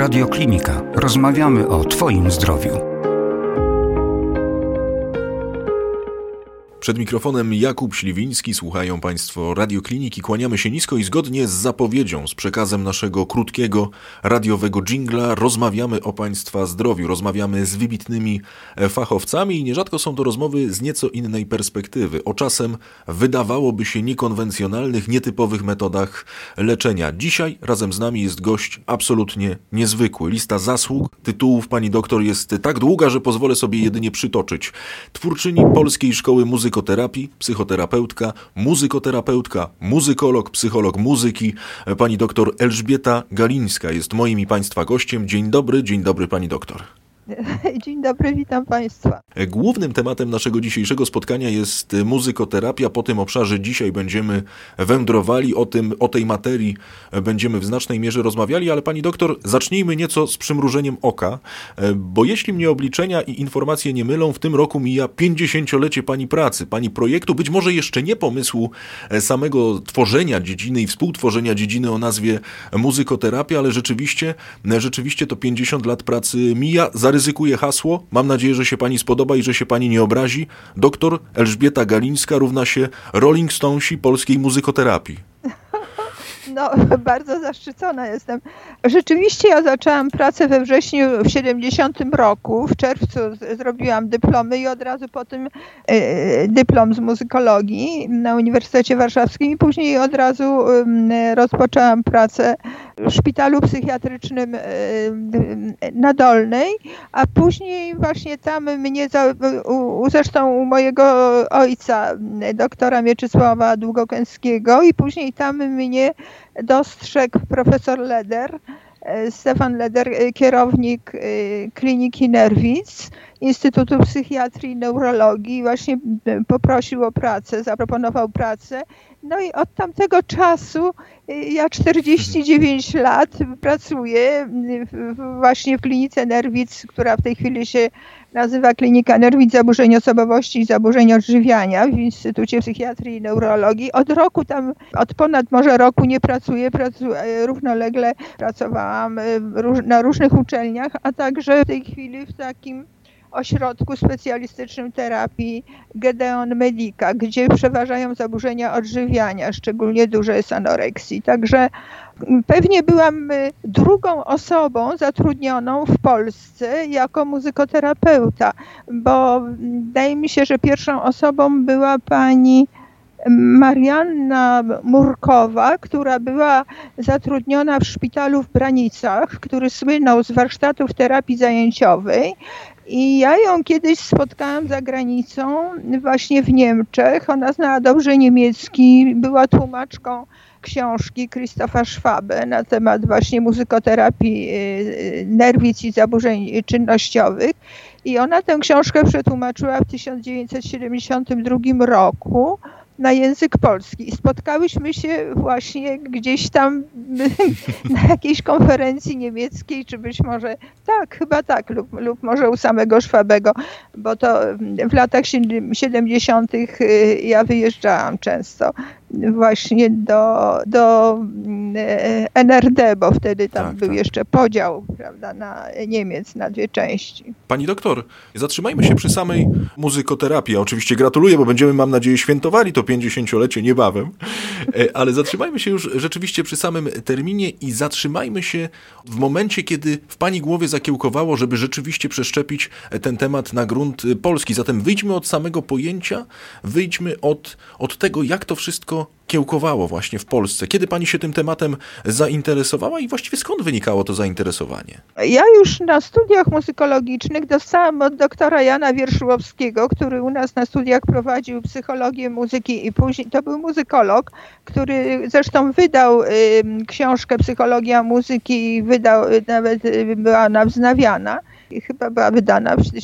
Radio Klinika. Rozmawiamy o Twoim zdrowiu. Przed mikrofonem Jakub Śliwiński, słuchają Państwo Radiokliniki. Kłaniamy się nisko i zgodnie z zapowiedzią, z przekazem naszego krótkiego radiowego dżingla rozmawiamy o Państwa zdrowiu, rozmawiamy z wybitnymi fachowcami i nierzadko są to rozmowy z nieco innej perspektywy, o czasem wydawałoby się niekonwencjonalnych, nietypowych metodach leczenia. Dzisiaj razem z nami jest gość absolutnie niezwykły. Lista zasług, tytułów pani doktor jest tak długa, że pozwolę sobie jedynie przytoczyć. Twórczyni Polskiej Szkoły Muzykoterapii, psychoterapeutka, muzykoterapeutka, muzykolog, psycholog muzyki, pani doktor Elżbieta Galińska jest moim i Państwa gościem. Dzień dobry pani doktor. Dzień dobry, witam Państwa. Głównym tematem naszego dzisiejszego spotkania jest muzykoterapia. Po tym obszarze dzisiaj będziemy wędrowali, o tej materii będziemy w znacznej mierze rozmawiali, ale pani doktor, zacznijmy nieco z przymrużeniem oka, bo jeśli mnie obliczenia i informacje nie mylą, w tym roku mija 50-lecie pani pracy, pani projektu, być może jeszcze nie pomysłu samego tworzenia dziedziny i współtworzenia dziedziny o nazwie muzykoterapia, ale rzeczywiście to 50 lat pracy mija. Zaryzykuję hasło, mam nadzieję, że się pani spodoba i że się pani nie obrazi. Doktor Elżbieta Galińska równa się Rolling Stonesi polskiej muzykoterapii. No, bardzo zaszczycona jestem. Rzeczywiście ja zaczęłam pracę we wrześniu w 70 roku. W czerwcu zrobiłam dyplomy i od razu po tym dyplom z muzykologii na Uniwersytecie Warszawskim i później od razu rozpoczęłam pracę w szpitalu psychiatrycznym na Dolnej, a później właśnie tam mnie, zresztą u mojego ojca, doktora Mieczysława Długokęskiego, i później tam mnie dostrzegł profesor Leder, Stefan Leder, kierownik Kliniki Nerwic, Instytutu Psychiatrii i Neurologii, właśnie poprosił o pracę, zaproponował pracę. No i od tamtego czasu ja 49 lat pracuję właśnie w Klinice Nerwic, która w tej chwili się nazywa Klinika Nerwic, Zaburzeń Osobowości i Zaburzeń Odżywiania w Instytucie Psychiatrii i Neurologii. Od ponad może roku nie pracuję, równolegle pracowałam na różnych uczelniach, a także w tej chwili w takim ośrodku specjalistycznym terapii Gedeon Medica, gdzie przeważają zaburzenia odżywiania, szczególnie duże jest anoreksji. Także pewnie byłam drugą osobą zatrudnioną w Polsce jako muzykoterapeuta, bo wydaje mi się, że pierwszą osobą była pani Marianna Murkowa, która była zatrudniona w szpitalu w Branicach, który słynął z warsztatów terapii zajęciowej. I ja ją kiedyś spotkałam za granicą, właśnie w Niemczech. Ona znała dobrze niemiecki, była tłumaczką książki Christopha Schwabe na temat właśnie muzykoterapii nerwic i zaburzeń czynnościowych. I ona tę książkę przetłumaczyła w 1972 roku na język polski. I spotkałyśmy się właśnie gdzieś tam na jakiejś konferencji niemieckiej, czy być może tak, chyba tak, lub może u samego Schwabego, bo to w latach 70. ja wyjeżdżałam często właśnie do NRD, bo wtedy tam był jeszcze podział, prawda, na Niemiec, na dwie części. Pani doktor, zatrzymajmy się przy samej muzykoterapii. Oczywiście gratuluję, bo będziemy, mam nadzieję, świętowali to 50-lecie niebawem, ale zatrzymajmy się już rzeczywiście przy samym terminie i zatrzymajmy się w momencie, kiedy w pani głowie zakiełkowało, żeby rzeczywiście przeszczepić ten temat na grunt polski. Zatem wyjdźmy od samego pojęcia, wyjdźmy od tego, jak to wszystko kiełkowało właśnie w Polsce. Kiedy pani się tym tematem zainteresowała i właściwie skąd wynikało to zainteresowanie? Ja już na studiach muzykologicznych dostałam od doktora Jana Wierszyłowskiego, który u nas na studiach prowadził psychologię muzyki i później to był muzykolog, który zresztą wydał książkę Psychologia muzyki i nawet była ona wznawiana. Chyba była wydana w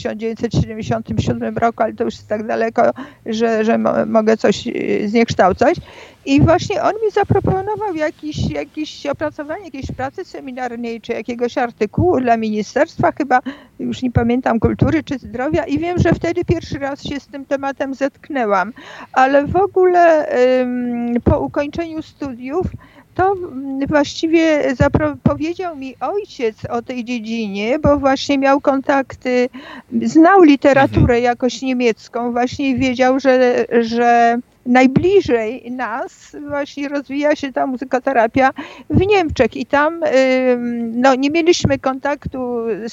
1977 roku, ale to już jest tak daleko, że mogę coś zniekształcać. I właśnie on mi zaproponował jakieś opracowanie jakiejś pracy seminarnej, czy jakiegoś artykułu dla ministerstwa, chyba już nie pamiętam, kultury czy zdrowia, i wiem, że wtedy pierwszy raz się z tym tematem zetknęłam, ale w ogóle po ukończeniu studiów to właściwie powiedział mi ojciec o tej dziedzinie, bo właśnie miał kontakty, znał literaturę jakoś niemiecką, właśnie wiedział, że najbliżej nas właśnie rozwija się ta muzykoterapia w Niemczech i tam no, nie mieliśmy kontaktu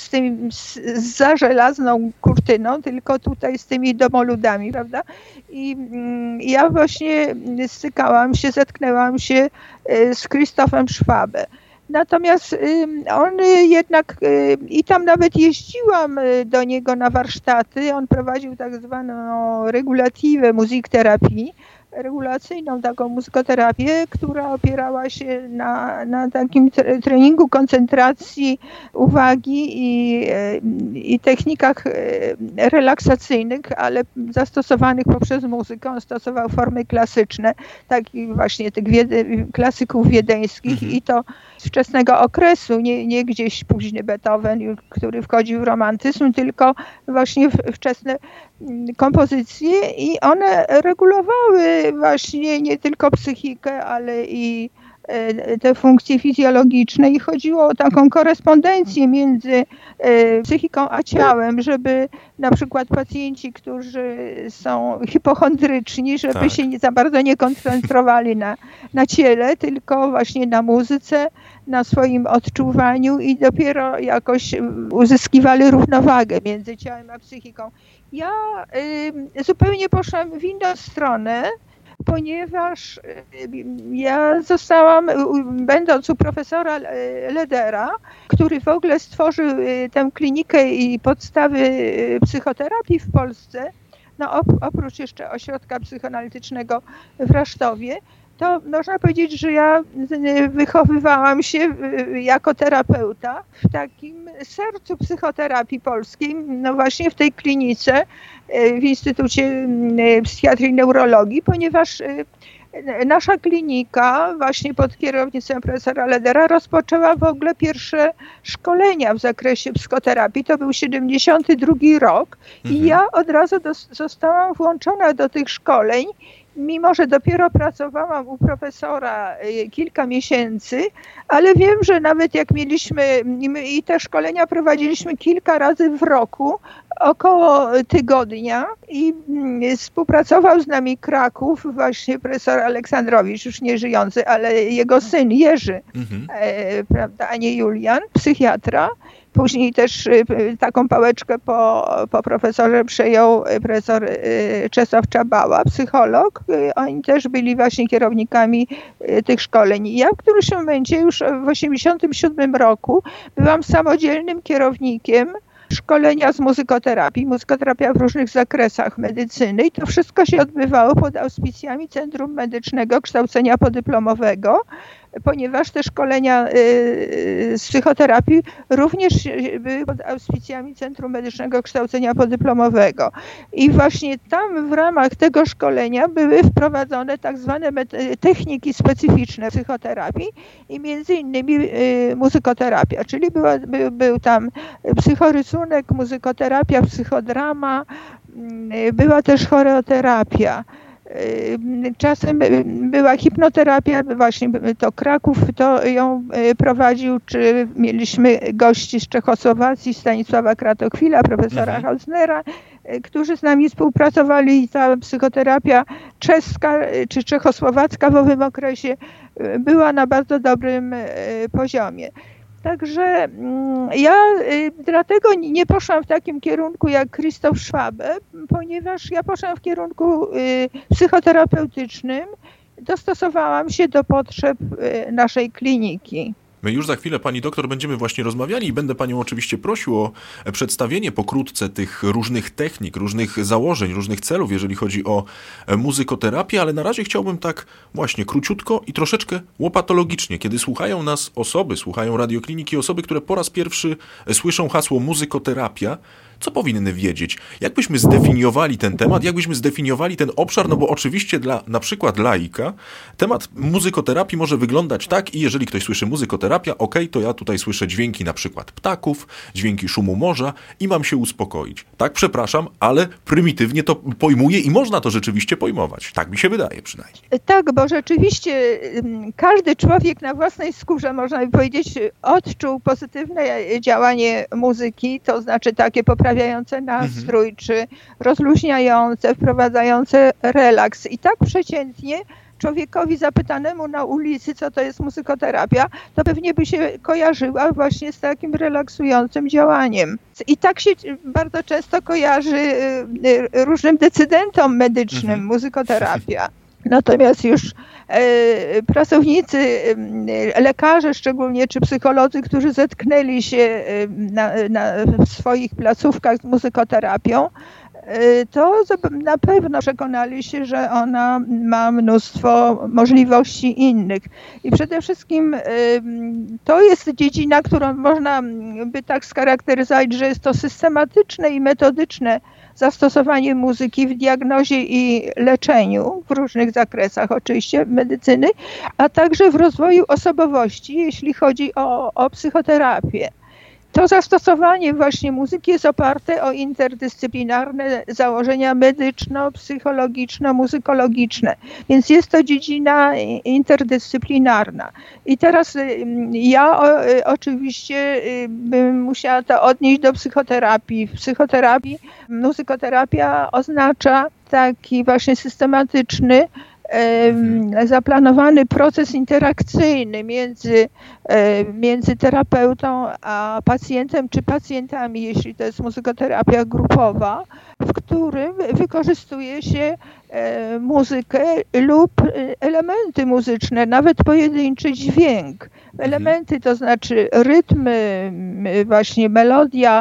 za żelazną kurtyną, tylko tutaj z tymi domoludami, prawda? I ja właśnie zetknęłam się z Christophem Schwabe. Natomiast on jednak, i tam nawet jeździłam do niego na warsztaty, on prowadził tak zwaną regulatywę muzykoterapii, regulacyjną taką muzykoterapię, która opierała się na takim treningu koncentracji uwagi i technikach relaksacyjnych, ale zastosowanych poprzez muzykę. On stosował formy klasyczne, takich właśnie tych klasyków wiedeńskich i to z wczesnego okresu, nie gdzieś późny Beethoven, który wchodził w romantyzm, tylko właśnie wczesne kompozycje i one regulowały właśnie nie tylko psychikę, ale i te funkcje fizjologiczne i chodziło o taką korespondencję między psychiką a ciałem, żeby na przykład pacjenci, którzy są hipochondryczni, żeby się za bardzo nie koncentrowali na ciele, tylko właśnie na muzyce, na swoim odczuwaniu i dopiero jakoś uzyskiwali równowagę między ciałem a psychiką. Ja zupełnie poszłam w inną stronę, ponieważ ja zostałam, będąc u profesora Ledera, który w ogóle stworzył tę klinikę i podstawy psychoterapii w Polsce, no oprócz jeszcze ośrodka psychoanalitycznego w Rasztowie, to można powiedzieć, że ja wychowywałam się jako terapeuta w takim sercu psychoterapii polskiej, no właśnie w tej klinice w Instytucie Psychiatrii i Neurologii, ponieważ nasza klinika właśnie pod kierownictwem profesora Ledera rozpoczęła w ogóle pierwsze szkolenia w zakresie psychoterapii. To był 72 rok i ja od razu zostałam włączona do tych szkoleń, mimo że dopiero pracowałam u profesora kilka miesięcy, ale wiem, że nawet jak mieliśmy i te szkolenia prowadziliśmy kilka razy w roku, około tygodnia i współpracował z nami Kraków, właśnie profesor Aleksandrowicz, już nie żyjący, ale jego syn Jerzy, prawda, a nie Julian, psychiatra. Później też taką pałeczkę po profesorze przejął profesor Czesław Czabała, psycholog. Oni też byli właśnie kierownikami tych szkoleń. Ja w którymś momencie już w 1987 roku byłam samodzielnym kierownikiem szkolenia z muzykoterapii, muzykoterapia w różnych zakresach medycyny i to wszystko się odbywało pod auspicjami Centrum Medycznego Kształcenia Podyplomowego, ponieważ te szkolenia z psychoterapii również były pod auspicjami Centrum Medycznego Kształcenia Podyplomowego. I właśnie tam w ramach tego szkolenia były wprowadzone tak zwane techniki specyficzne psychoterapii i między innymi muzykoterapia, czyli był tam psychorysunek, muzykoterapia, psychodrama, była też choreoterapia. Czasem była hipnoterapia, właśnie to Kraków to ją prowadził, czy mieliśmy gości z Czechosłowacji, Stanisława Kratochwila, profesora Hausnera, którzy z nami współpracowali i ta psychoterapia czeska czy czechosłowacka w owym okresie była na bardzo dobrym poziomie. Także ja dlatego nie poszłam w takim kierunku jak Christoph Schwabe, ponieważ ja poszłam w kierunku psychoterapeutycznym, dostosowałam się do potrzeb naszej kliniki. My już za chwilę, pani doktor, będziemy właśnie rozmawiali i będę panią oczywiście prosił o przedstawienie pokrótce tych różnych technik, różnych założeń, różnych celów, jeżeli chodzi o muzykoterapię, ale na razie chciałbym tak właśnie króciutko i troszeczkę łopatologicznie, kiedy słuchają nas osoby, słuchają Radiokliniki, osoby, które po raz pierwszy słyszą hasło muzykoterapia, co powinny wiedzieć? Jakbyśmy zdefiniowali ten temat, jakbyśmy zdefiniowali ten obszar, no bo oczywiście dla na przykład laika temat muzykoterapii może wyglądać tak i jeżeli ktoś słyszy muzykoterapia, to ja tutaj słyszę dźwięki na przykład ptaków, dźwięki szumu morza i mam się uspokoić. Tak, przepraszam, ale prymitywnie to pojmuję i można to rzeczywiście pojmować. Tak mi się wydaje przynajmniej. Tak, bo rzeczywiście każdy człowiek na własnej skórze, można by powiedzieć, odczuł pozytywne działanie muzyki, to znaczy takie poprawiające nastrój, czy rozluźniające, wprowadzające relaks. I tak przeciętnie człowiekowi zapytanemu na ulicy, co to jest muzykoterapia, to pewnie by się kojarzyła właśnie z takim relaksującym działaniem. I tak się bardzo często kojarzy różnym decydentom medycznym muzykoterapia. Natomiast już pracownicy, lekarze szczególnie, czy psycholodzy, którzy zetknęli się w swoich placówkach z muzykoterapią, to na pewno przekonali się, że ona ma mnóstwo możliwości innych. I przede wszystkim to jest dziedzina, którą można by tak scharakteryzować, że jest to systematyczne i metodyczne zastosowanie muzyki w diagnozie i leczeniu w różnych zakresach oczywiście medycyny, a także w rozwoju osobowości, jeśli chodzi o psychoterapię. To zastosowanie właśnie muzyki jest oparte o interdyscyplinarne założenia medyczno-psychologiczno-muzykologiczne, więc jest to dziedzina interdyscyplinarna. I teraz ja oczywiście bym musiała to odnieść do psychoterapii. W psychoterapii muzykoterapia oznacza taki właśnie systematyczny, zaplanowany proces interakcyjny między terapeutą a pacjentem czy pacjentami, jeśli to jest muzykoterapia grupowa, w którym wykorzystuje się muzykę lub elementy muzyczne, nawet pojedynczy dźwięk. Elementy to znaczy rytm, właśnie melodia,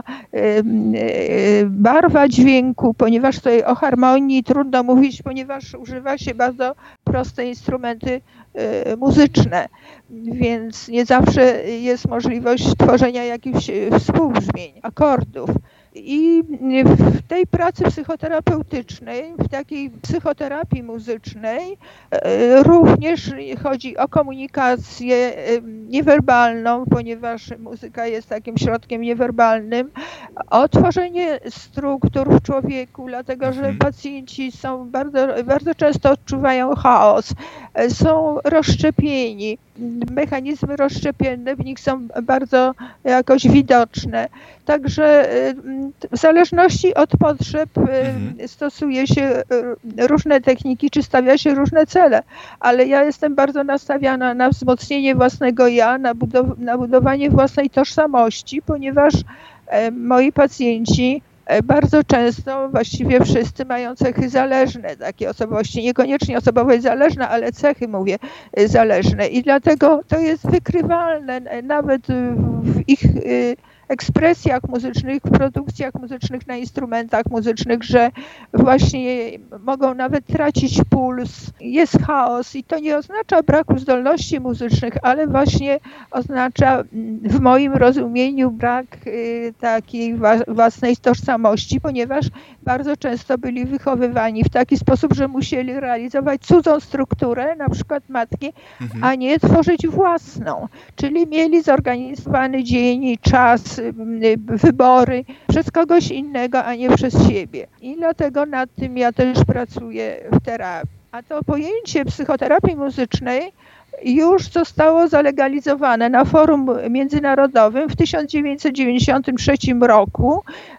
barwa dźwięku, ponieważ tutaj o harmonii trudno mówić, ponieważ używa się bardzo proste instrumenty muzyczne, więc nie zawsze jest możliwość tworzenia jakichś współbrzmień, akordów. I w tej pracy psychoterapeutycznej, w takiej psychoterapii muzycznej również chodzi o komunikację niewerbalną, ponieważ muzyka jest takim środkiem niewerbalnym, o tworzenie struktur w człowieku, dlatego że pacjenci są bardzo często odczuwają chaos, są rozszczepieni. Mechanizmy rozszczepienne w nich są bardzo jakoś widoczne. Także w zależności od potrzeb stosuje się różne techniki, czy stawia się różne cele, ale ja jestem bardzo nastawiona na wzmocnienie własnego ja, na budowanie własnej tożsamości, ponieważ moi pacjenci bardzo często, właściwie wszyscy mają cechy zależne, takie osobowości, niekoniecznie osobowość zależna, ale cechy, mówię, zależne i dlatego to jest wykrywalne nawet w ich ekspresjach muzycznych, w produkcjach muzycznych, na instrumentach muzycznych, że właśnie mogą nawet tracić puls, jest chaos i to nie oznacza braku zdolności muzycznych, ale właśnie oznacza w moim rozumieniu brak takiej własnej tożsamości, ponieważ bardzo często byli wychowywani w taki sposób, że musieli realizować cudzą strukturę, na przykład matki, a nie tworzyć własną, czyli mieli zorganizowany dzień, czas, wybory przez kogoś innego, a nie przez siebie. I dlatego nad tym ja też pracuję w terapii. A to pojęcie psychoterapii muzycznej już zostało zalegalizowane na forum międzynarodowym w 1993 roku.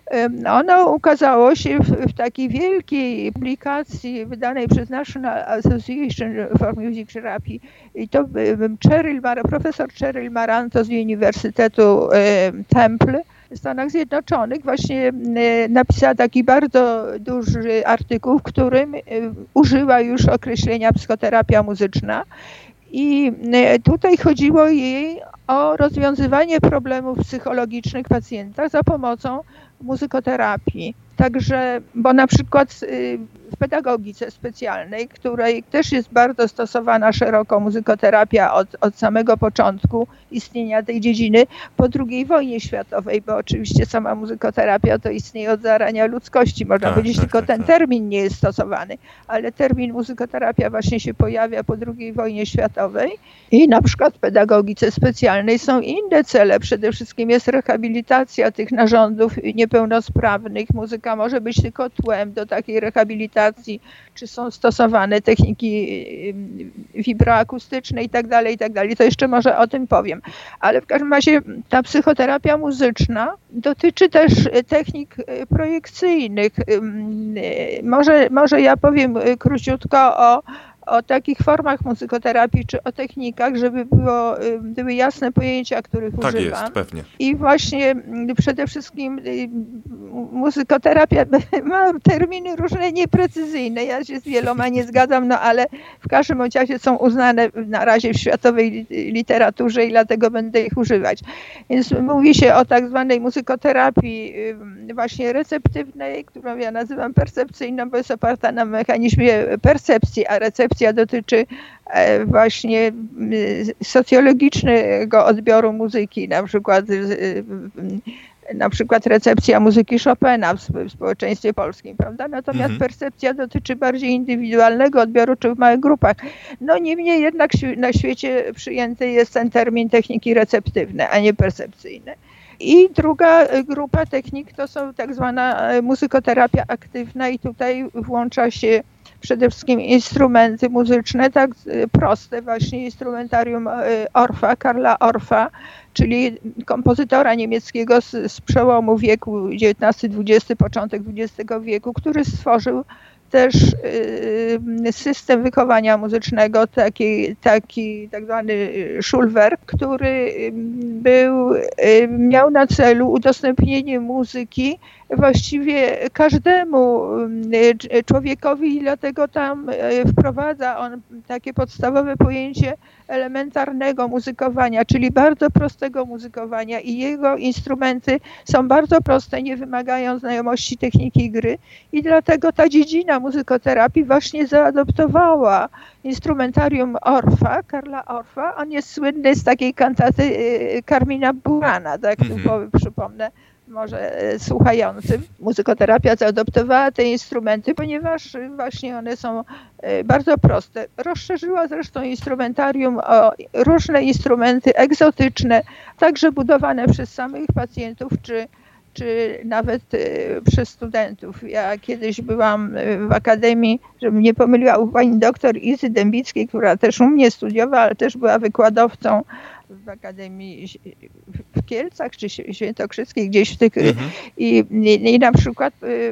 Ono ukazało się w takiej wielkiej publikacji wydanej przez National Association for Music Therapy. I to profesor Cheryl Maranto z Uniwersytetu Temple w Stanach Zjednoczonych właśnie napisała taki bardzo duży artykuł, w którym użyła już określenia psychoterapia muzyczna. I tutaj chodziło jej o rozwiązywanie problemów psychologicznych pacjenta za pomocą muzykoterapii. Także, bo na przykład w pedagogice specjalnej, której też jest bardzo stosowana szeroko muzykoterapia od samego początku istnienia tej dziedziny po II wojnie światowej, bo oczywiście sama muzykoterapia to istnieje od zarania ludzkości, można powiedzieć, tylko ten termin nie jest stosowany, ale termin muzykoterapia właśnie się pojawia po II wojnie światowej i na przykład w pedagogice specjalnej są inne cele, przede wszystkim jest rehabilitacja tych narządów niepełnosprawnych. Muzyka może być tylko tłem do takiej rehabilitacji, czy są stosowane techniki wibroakustyczne i tak dalej, to jeszcze może o tym powiem. Ale w każdym razie ta psychoterapia muzyczna dotyczy też technik projekcyjnych. Może ja powiem króciutko o takich formach muzykoterapii, czy o technikach, żeby były jasne pojęcia, których używam. Tak jest, pewnie. I właśnie przede wszystkim muzykoterapia ma terminy różne nieprecyzyjne. Ja się z wieloma nie zgadzam, ale w każdym razie są uznane na razie w światowej literaturze i dlatego będę ich używać. Więc mówi się o tak zwanej muzykoterapii właśnie receptywnej, którą ja nazywam percepcyjną, bo jest oparta na mechanizmie percepcji, a recepcja dotyczy właśnie socjologicznego odbioru muzyki, na przykład recepcja muzyki Chopina w społeczeństwie polskim, prawda? Natomiast percepcja dotyczy bardziej indywidualnego odbioru, czy w małych grupach. Niemniej jednak na świecie przyjęty jest ten termin techniki receptywne, a nie percepcyjne. I druga grupa technik to są tak zwana muzykoterapia aktywna i tutaj włącza się przede wszystkim instrumenty muzyczne, tak proste, właśnie instrumentarium Orfa, Karla Orfa, czyli kompozytora niemieckiego z przełomu wieku XIX-XX, początek XX wieku, który stworzył też system wychowania muzycznego, taki tak zwany Schulwerk, który miał na celu udostępnienie muzyki właściwie każdemu człowiekowi i dlatego tam wprowadza on takie podstawowe pojęcie elementarnego muzykowania, czyli bardzo prostego muzykowania i jego instrumenty są bardzo proste, nie wymagają znajomości techniki gry i dlatego ta dziedzina muzykoterapii właśnie zaadoptowała instrumentarium Orfa, Karla Orfa. On jest słynny z takiej kantaty Carmina Burana, tak typowy, przypomnę może słuchającym. Muzykoterapia zaadoptowała te instrumenty, ponieważ właśnie one są bardzo proste. Rozszerzyła zresztą instrumentarium o różne instrumenty egzotyczne, także budowane przez samych pacjentów, czy nawet przez studentów. Ja kiedyś byłam w akademii, żebym nie pomyliła, u pani doktor Izy Dębickiej, która też u mnie studiowała, ale też była wykładowcą w Akademii w Kielcach czy Świętokrzyskiej, gdzieś w tych i na przykład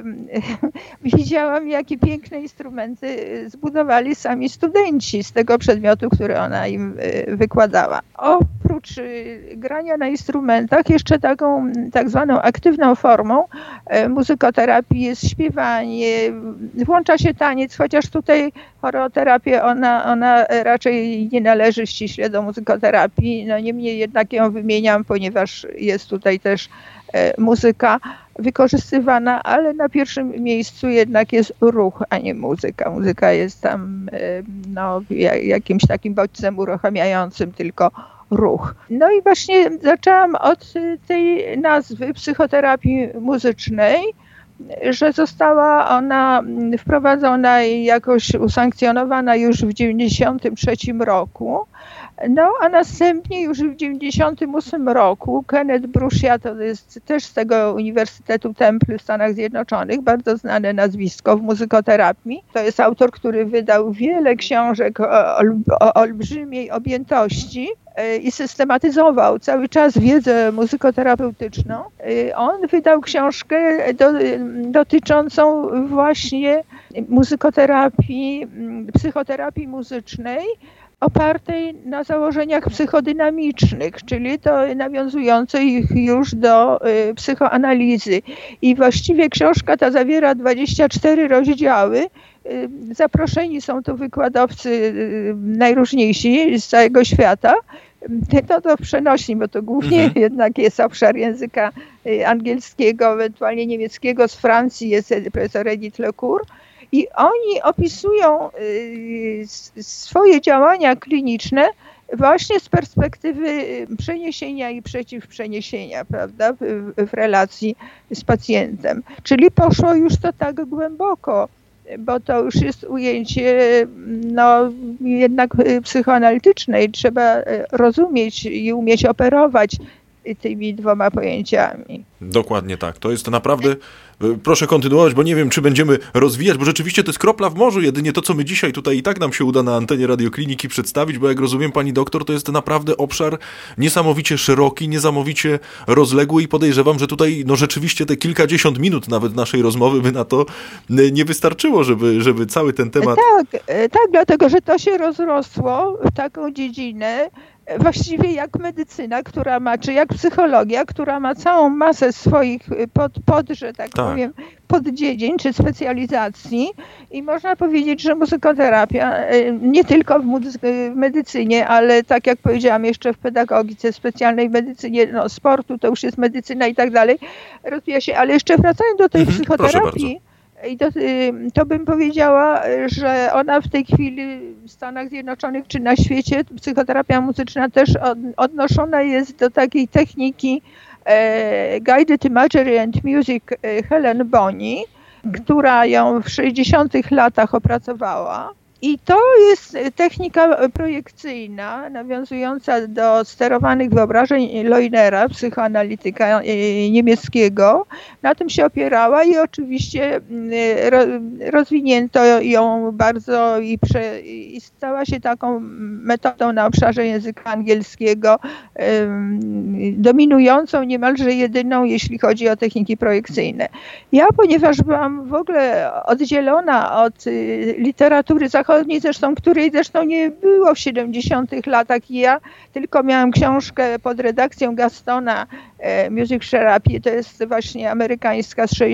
widziałam, jakie piękne instrumenty zbudowali sami studenci z tego przedmiotu, który ona im wykładała. Oprócz grania na instrumentach, jeszcze taką tak zwaną aktywną formą muzykoterapii jest śpiewanie, włącza się taniec, chociaż tutaj choreoterapia, ona raczej nie należy ściśle do muzykoterapii, niemniej jednak ją wymieniam, ponieważ jest tutaj też muzyka wykorzystywana, ale na pierwszym miejscu jednak jest ruch, a nie muzyka. Muzyka jest tam jakimś takim bodźcem uruchamiającym tylko ruch. I właśnie zaczęłam od tej nazwy psychoterapii muzycznej, że została ona wprowadzona i jakoś usankcjonowana już w 1993 roku. A następnie już w 1998 roku Kenneth Brucia, to jest też z tego Uniwersytetu Temple w Stanach Zjednoczonych, bardzo znane nazwisko w muzykoterapii. To jest autor, który wydał wiele książek o olbrzymiej objętości i systematyzował cały czas wiedzę muzykoterapeutyczną. On wydał książkę dotyczącą właśnie muzykoterapii, psychoterapii muzycznej, opartej na założeniach psychodynamicznych, czyli to nawiązujących już do psychoanalizy. I właściwie książka ta zawiera 24 rozdziały. Zaproszeni są tu wykładowcy najróżniejsi z całego świata. to przenośni, bo to głównie jednak jest obszar języka angielskiego, ewentualnie niemieckiego, z Francji jest profesor Edith Lecour. I oni opisują swoje działania kliniczne właśnie z perspektywy przeniesienia i przeciwprzeniesienia, prawda, w relacji z pacjentem. Czyli poszło już to tak głęboko, bo to już jest ujęcie jednak psychoanalityczne i trzeba rozumieć i umieć operować tymi dwoma pojęciami. Dokładnie tak. To jest naprawdę... Proszę kontynuować, bo nie wiem, czy będziemy rozwijać, bo rzeczywiście to jest kropla w morzu, jedynie to, co my dzisiaj tutaj i tak nam się uda na antenie Radiokliniki przedstawić, bo jak rozumiem, pani doktor, to jest naprawdę obszar niesamowicie szeroki, niesamowicie rozległy i podejrzewam, że tutaj rzeczywiście te kilkadziesiąt minut nawet naszej rozmowy by na to nie wystarczyło, żeby cały ten temat... Tak, dlatego, że to się rozrosło w taką dziedzinę, właściwie jak medycyna, która ma, czy jak psychologia, która ma całą masę swoich że tak powiem, poddziedzin czy specjalizacji i można powiedzieć, że muzykoterapia nie tylko w medycynie, ale tak jak powiedziałam jeszcze w pedagogice, specjalnej medycynie sportu, to już jest medycyna i tak dalej, rozwija się, ale jeszcze wracając do tej psychoterapii, i to bym powiedziała, że ona w tej chwili w Stanach Zjednoczonych czy na świecie, psychoterapia muzyczna też odnoszona jest do takiej techniki Guided Imagery and Music Helen Boni, która ją w 60-tych latach opracowała. I to jest technika projekcyjna, nawiązująca do sterowanych wyobrażeń Leunera, psychoanalityka niemieckiego. Na tym się opierała i oczywiście rozwinięto ją bardzo i stała się taką metodą na obszarze języka angielskiego, dominującą, niemalże jedyną, jeśli chodzi o techniki projekcyjne. Ja, ponieważ byłam w ogóle oddzielona od literatury zachodniej, której nie było w 70-tych latach i ja tylko miałam książkę pod redakcją Gastona, Music Therapy, to jest właśnie amerykańska z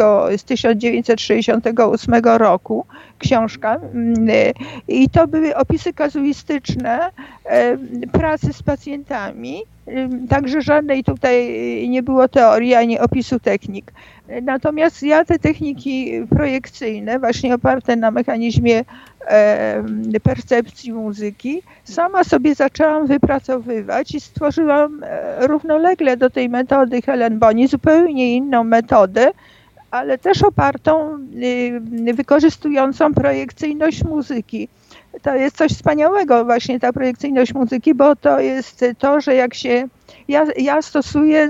1968 roku książka i to były opisy kazuistyczne pracy z pacjentami, także żadnej tutaj nie było teorii ani opisu technik. Natomiast ja te techniki projekcyjne, właśnie oparte na mechanizmie percepcji muzyki, sama sobie zaczęłam wypracowywać i stworzyłam równolegle do tej metody Helen Boni zupełnie inną metodę, ale też opartą, wykorzystującą projekcyjność muzyki. To jest coś wspaniałego właśnie ta projekcyjność muzyki, bo to jest to, że jak się... Ja stosuję,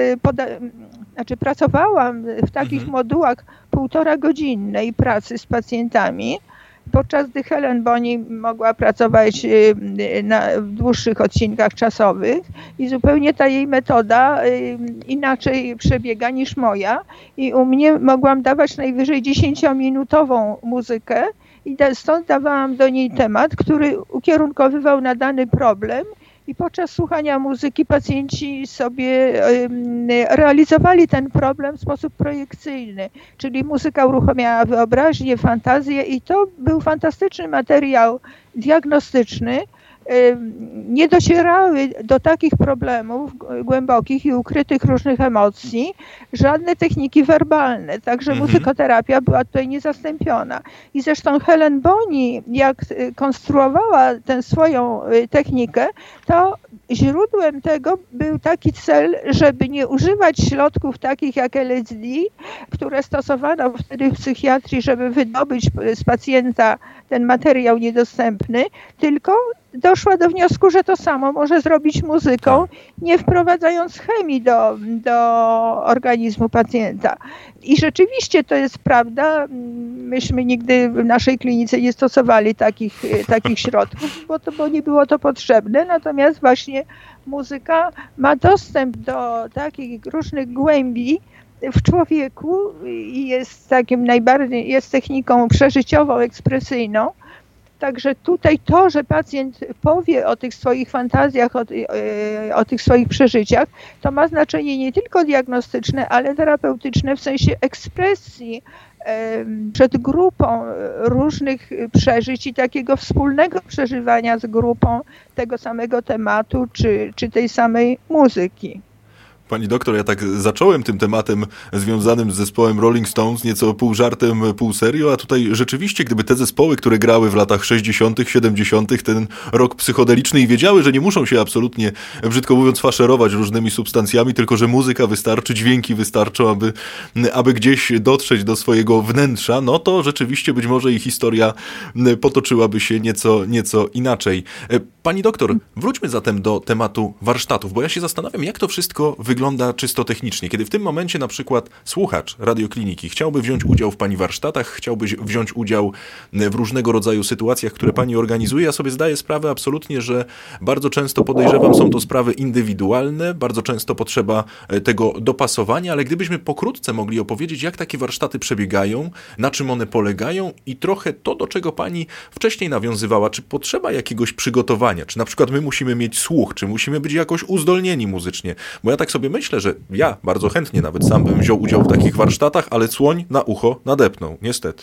pracowałam w takich modułach 1,5-godzinnej pracy z pacjentami, podczas gdy Helen Boni mogła pracować w dłuższych odcinkach czasowych i zupełnie ta jej metoda inaczej przebiega niż moja i u mnie mogłam dawać najwyżej 10-minutową muzykę i stąd dawałam do niej temat, który ukierunkowywał na dany problem i podczas słuchania muzyki pacjenci sobie realizowali ten problem w sposób projekcyjny, czyli muzyka uruchamiała wyobraźnię, fantazję i to był fantastyczny materiał diagnostyczny. Nie docierały do takich problemów głębokich i ukrytych różnych emocji żadne techniki werbalne, także muzykoterapia była tutaj niezastąpiona. I zresztą Helen Boni, jak konstruowała tę swoją technikę, to źródłem tego był taki cel, żeby nie używać środków takich jak LSD, które stosowano wtedy w psychiatrii, żeby wydobyć z pacjenta ten materiał niedostępny, tylko doszła do wniosku, że to samo może zrobić muzyką, nie wprowadzając chemii do organizmu pacjenta. I rzeczywiście to jest prawda. Myśmy nigdy w naszej klinice nie stosowali takich środków, bo nie było to potrzebne. Natomiast właśnie muzyka ma dostęp do takich różnych głębi w człowieku i jest jest techniką przeżyciową, ekspresyjną. Także tutaj to, że pacjent powie o tych swoich fantazjach, o tych swoich przeżyciach, to ma znaczenie nie tylko diagnostyczne, ale terapeutyczne w sensie ekspresji przed grupą różnych przeżyć i takiego wspólnego przeżywania z grupą tego samego tematu czy tej samej muzyki. Pani doktor, ja tak zacząłem tym tematem związanym z zespołem Rolling Stones, nieco pół żartem, pół serio, a tutaj rzeczywiście, gdyby te zespoły, które grały w latach 60., 70., ten rok psychodeliczny i wiedziały, że nie muszą się absolutnie, brzydko mówiąc, faszerować różnymi substancjami, tylko że muzyka wystarczy, dźwięki wystarczą, aby gdzieś dotrzeć do swojego wnętrza, no to rzeczywiście być może ich historia potoczyłaby się nieco inaczej. Pani doktor, wróćmy zatem do tematu warsztatów, bo ja się zastanawiam, jak to wszystko wygląda czysto technicznie. Kiedy w tym momencie na przykład słuchacz Radiokliniki chciałby wziąć udział w Pani warsztatach, chciałby wziąć udział w różnego rodzaju sytuacjach, które Pani organizuje, ja sobie zdaję sprawę absolutnie, że bardzo często podejrzewam, są to sprawy indywidualne, bardzo często potrzeba tego dopasowania, ale gdybyśmy pokrótce mogli opowiedzieć, jak takie warsztaty przebiegają, na czym one polegają i trochę to, do czego Pani wcześniej nawiązywała, czy potrzeba jakiegoś przygotowania, czy na przykład my musimy mieć słuch, czy musimy być jakoś uzdolnieni muzycznie, bo ja tak sobie myślę, że ja bardzo chętnie nawet sam bym wziął udział w takich warsztatach, ale słoń na ucho nadepnął, niestety.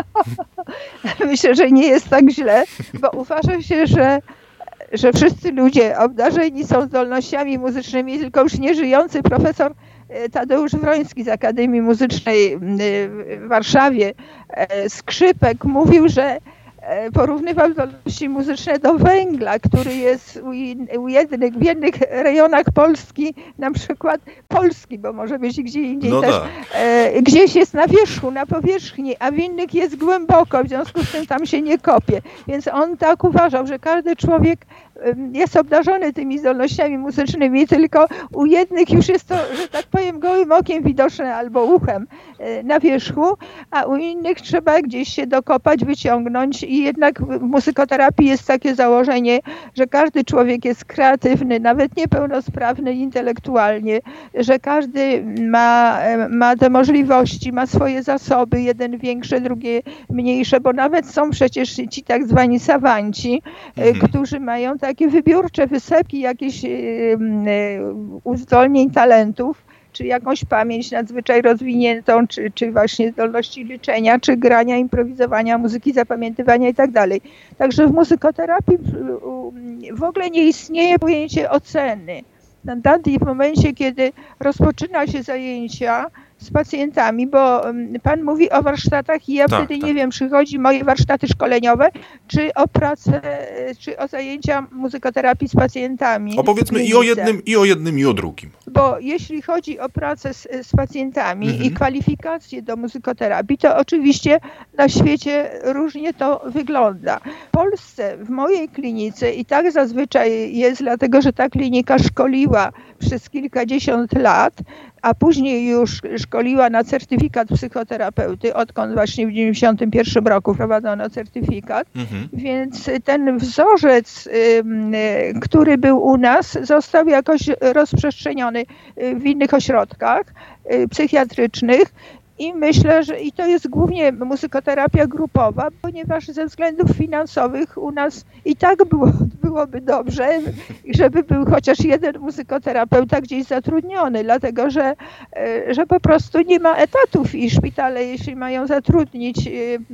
Myślę, że nie jest tak źle, bo uważa się, że wszyscy ludzie obdarzeni są zdolnościami muzycznymi, tylko już nieżyjący profesor Tadeusz Wroński z Akademii Muzycznej w Warszawie, skrzypek, mówił, że porównywał zdolności muzyczne do węgla, który jest w jednych rejonach Polski, na przykład Polski, bo może być gdzie indziej no też, tak. Gdzieś jest na wierzchu, na powierzchni, a w innych jest głęboko, w związku z tym tam się nie kopie. Więc on tak uważał, że każdy człowiek jest obdarzony tymi zdolnościami muzycznymi, tylko u jednych już jest to, że tak powiem, gołym okiem widoczne albo uchem na wierzchu, a u innych trzeba gdzieś się dokopać, wyciągnąć i jednak w muzykoterapii jest takie założenie, że każdy człowiek jest kreatywny, nawet niepełnosprawny intelektualnie, że każdy ma te możliwości, ma swoje zasoby, jeden większe, drugie mniejsze, bo nawet są przecież ci tak zwani sawanci, którzy mają takie wybiórcze wysepki jakichś uzdolnień, talentów, czy jakąś pamięć nadzwyczaj rozwiniętą, czy właśnie zdolności liczenia, czy grania, improwizowania, muzyki, zapamiętywania i tak dalej. Także w muzykoterapii w ogóle nie istnieje pojęcie oceny. W momencie, kiedy rozpoczyna się zajęcia z pacjentami, bo Pan mówi o warsztatach i ja wtedy nie wiem, czy chodzi o moje warsztaty szkoleniowe, czy o pracę, czy o zajęcia muzykoterapii z pacjentami. Opowiedzmy i o jednym, i o drugim. Bo jeśli chodzi o pracę z pacjentami i kwalifikacje do muzykoterapii, to oczywiście na świecie różnie to wygląda. W Polsce, w mojej klinice i tak zazwyczaj jest, dlatego że ta klinika szkoliła przez kilkadziesiąt lat, a później już szkoliła na certyfikat psychoterapeuty, odkąd właśnie w 1991 roku prowadzono certyfikat. Więc ten wzorzec, który był u nas, został jakoś rozprzestrzeniony w innych ośrodkach psychiatrycznych. I myślę, że i to jest głównie muzykoterapia grupowa, ponieważ ze względów finansowych u nas i tak byłoby dobrze, żeby był chociaż jeden muzykoterapeuta gdzieś zatrudniony, dlatego że po prostu nie ma etatów i szpitale, jeśli mają zatrudnić,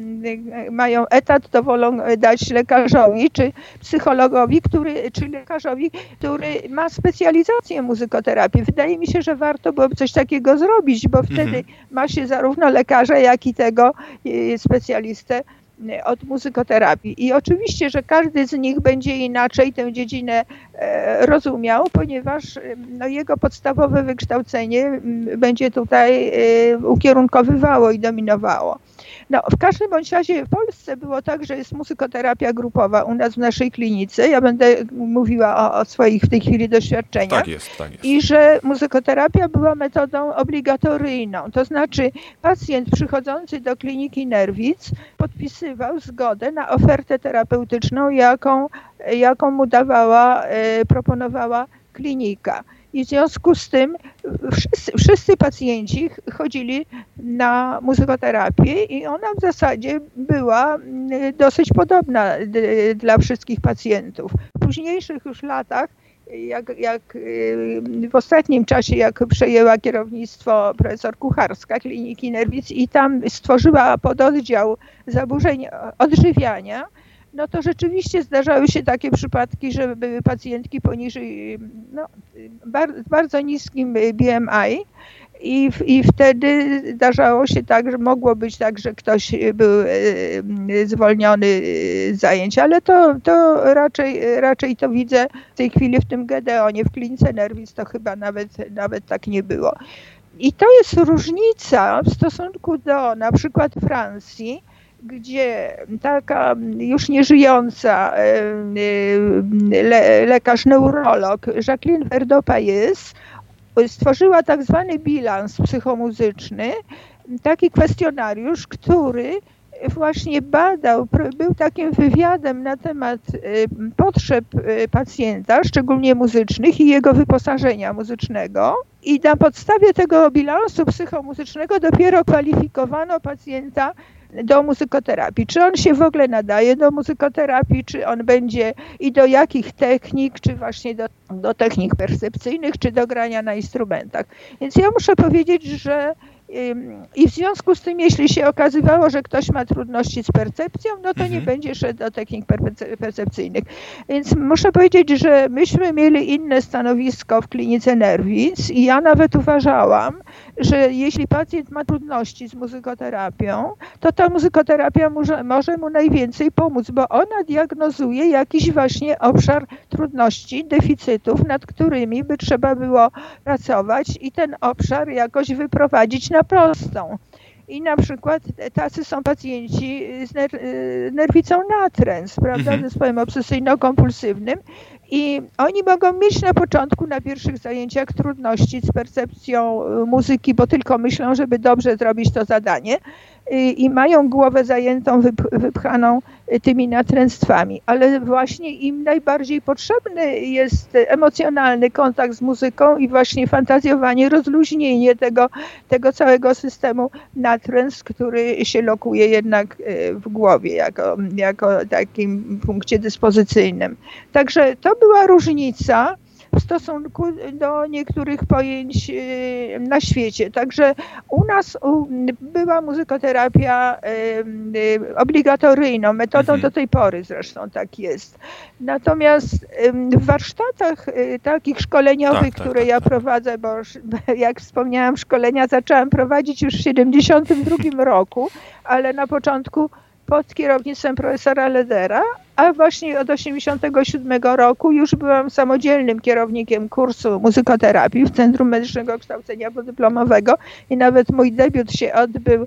mają etat, to wolą dać lekarzowi czy psychologowi, czy lekarzowi, który ma specjalizację muzykoterapii. Wydaje mi się, że warto byłoby coś takiego zrobić, bo wtedy ma się zarówno lekarza, jak i tego specjalistę od muzykoterapii. I oczywiście, że każdy z nich będzie inaczej tę dziedzinę rozumiał, ponieważ jego podstawowe wykształcenie będzie tutaj ukierunkowywało i dominowało. W każdym bądź razie w Polsce było tak, że jest muzykoterapia grupowa u nas w naszej klinice. Ja będę mówiła o swoich w tej chwili doświadczeniach. Tak jest. I że muzykoterapia była metodą obligatoryjną. To znaczy pacjent przychodzący do kliniki Nerwic podpisywał zgodę na ofertę terapeutyczną, jaką mu proponowała klinika. I w związku z tym wszyscy pacjenci chodzili na muzykoterapię i ona w zasadzie była dosyć podobna dla wszystkich pacjentów. W późniejszych już latach jak w ostatnim czasie, jak przejęła kierownictwo profesor Kucharska Kliniki Nerwic i tam stworzyła pododdział zaburzeń odżywiania, no to rzeczywiście zdarzały się takie przypadki, że były pacjentki poniżej bardzo niskim BMI i wtedy zdarzało się tak, że mogło być tak, że ktoś był zwolniony z zajęć, ale to raczej to widzę w tej chwili w tym Gedeonie, w klinice Nerwic to chyba nawet tak nie było. I to jest różnica w stosunku do na przykład Francji, gdzie taka już nieżyjąca lekarz neurolog Jacqueline Verdeau-Payez stworzyła tak zwany bilans psychomuzyczny, taki kwestionariusz, który właśnie był takim wywiadem na temat potrzeb pacjenta, szczególnie muzycznych i jego wyposażenia muzycznego. I na podstawie tego bilansu psychomuzycznego dopiero kwalifikowano pacjenta do muzykoterapii. Czy on się w ogóle nadaje do muzykoterapii, czy on będzie i do jakich technik, czy właśnie do technik percepcyjnych, czy do grania na instrumentach. Więc ja muszę powiedzieć, że i w związku z tym, jeśli się okazywało, że ktoś ma trudności z percepcją, no to nie będzie szedł do technik percepcyjnych. Więc muszę powiedzieć, że myśmy mieli inne stanowisko w klinice Nerwic i ja nawet uważałam, że jeśli pacjent ma trudności z muzykoterapią, to ta muzykoterapia może mu najwięcej pomóc, bo ona diagnozuje jakiś właśnie obszar trudności, deficytów, nad którymi by trzeba było pracować i ten obszar jakoś wyprowadzić na prostą. I na przykład tacy są pacjenci z nerwicą natręt, prawda, zespołem obsesyjno-kompulsywnym i oni mogą mieć na początku, na pierwszych zajęciach trudności z percepcją muzyki, bo tylko myślą, żeby dobrze zrobić to zadanie i mają głowę zajętą, wypchaną tymi natręctwami, ale właśnie im najbardziej potrzebny jest emocjonalny kontakt z muzyką i właśnie fantazjowanie, rozluźnienie tego całego systemu natręt, który się lokuje jednak w głowie jako takim punkcie dyspozycyjnym. Także to była różnica w stosunku do niektórych pojęć na świecie. Także u nas była muzykoterapia obligatoryjną, metodą do tej pory zresztą tak jest. Natomiast w warsztatach takich szkoleniowych, które ja prowadzę, bo jak wspomniałam, szkolenia zaczęłam prowadzić już w 1972 roku, ale na początku pod kierownictwem profesora Ledera, a właśnie od 1987 roku już byłam samodzielnym kierownikiem kursu muzykoterapii w Centrum Medycznego Kształcenia Podyplomowego i nawet mój debiut się odbył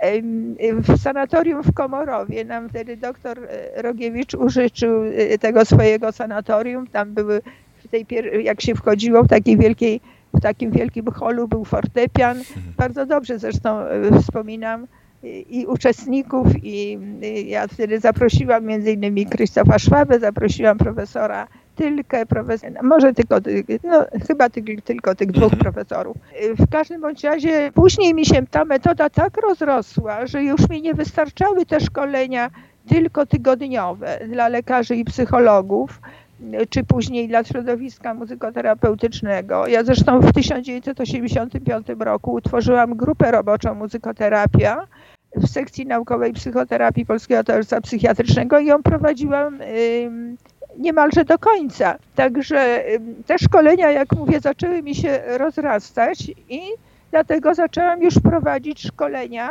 w sanatorium w Komorowie. Nam wtedy doktor Rogiewicz użyczył tego swojego sanatorium. Tam były, jak się wchodziło w takim wielkim holu był fortepian. Bardzo dobrze zresztą wspominam i uczestników i ja wtedy zaprosiłam między innymi Krzysztofa Szwabę, zaprosiłam profesora Tylkę, może chyba tylko tych dwóch profesorów. W każdym bądź razie później mi się ta metoda tak rozrosła, że już mi nie wystarczały te szkolenia tylko tygodniowe dla lekarzy i psychologów, czy później dla środowiska muzykoterapeutycznego. Ja zresztą w 1985 roku utworzyłam grupę roboczą muzykoterapia w sekcji naukowej psychoterapii Polskiego Towarzystwa Psychiatrycznego i ją prowadziłam niemalże do końca. Także te szkolenia, jak mówię, zaczęły mi się rozrastać i dlatego zaczęłam już prowadzić szkolenia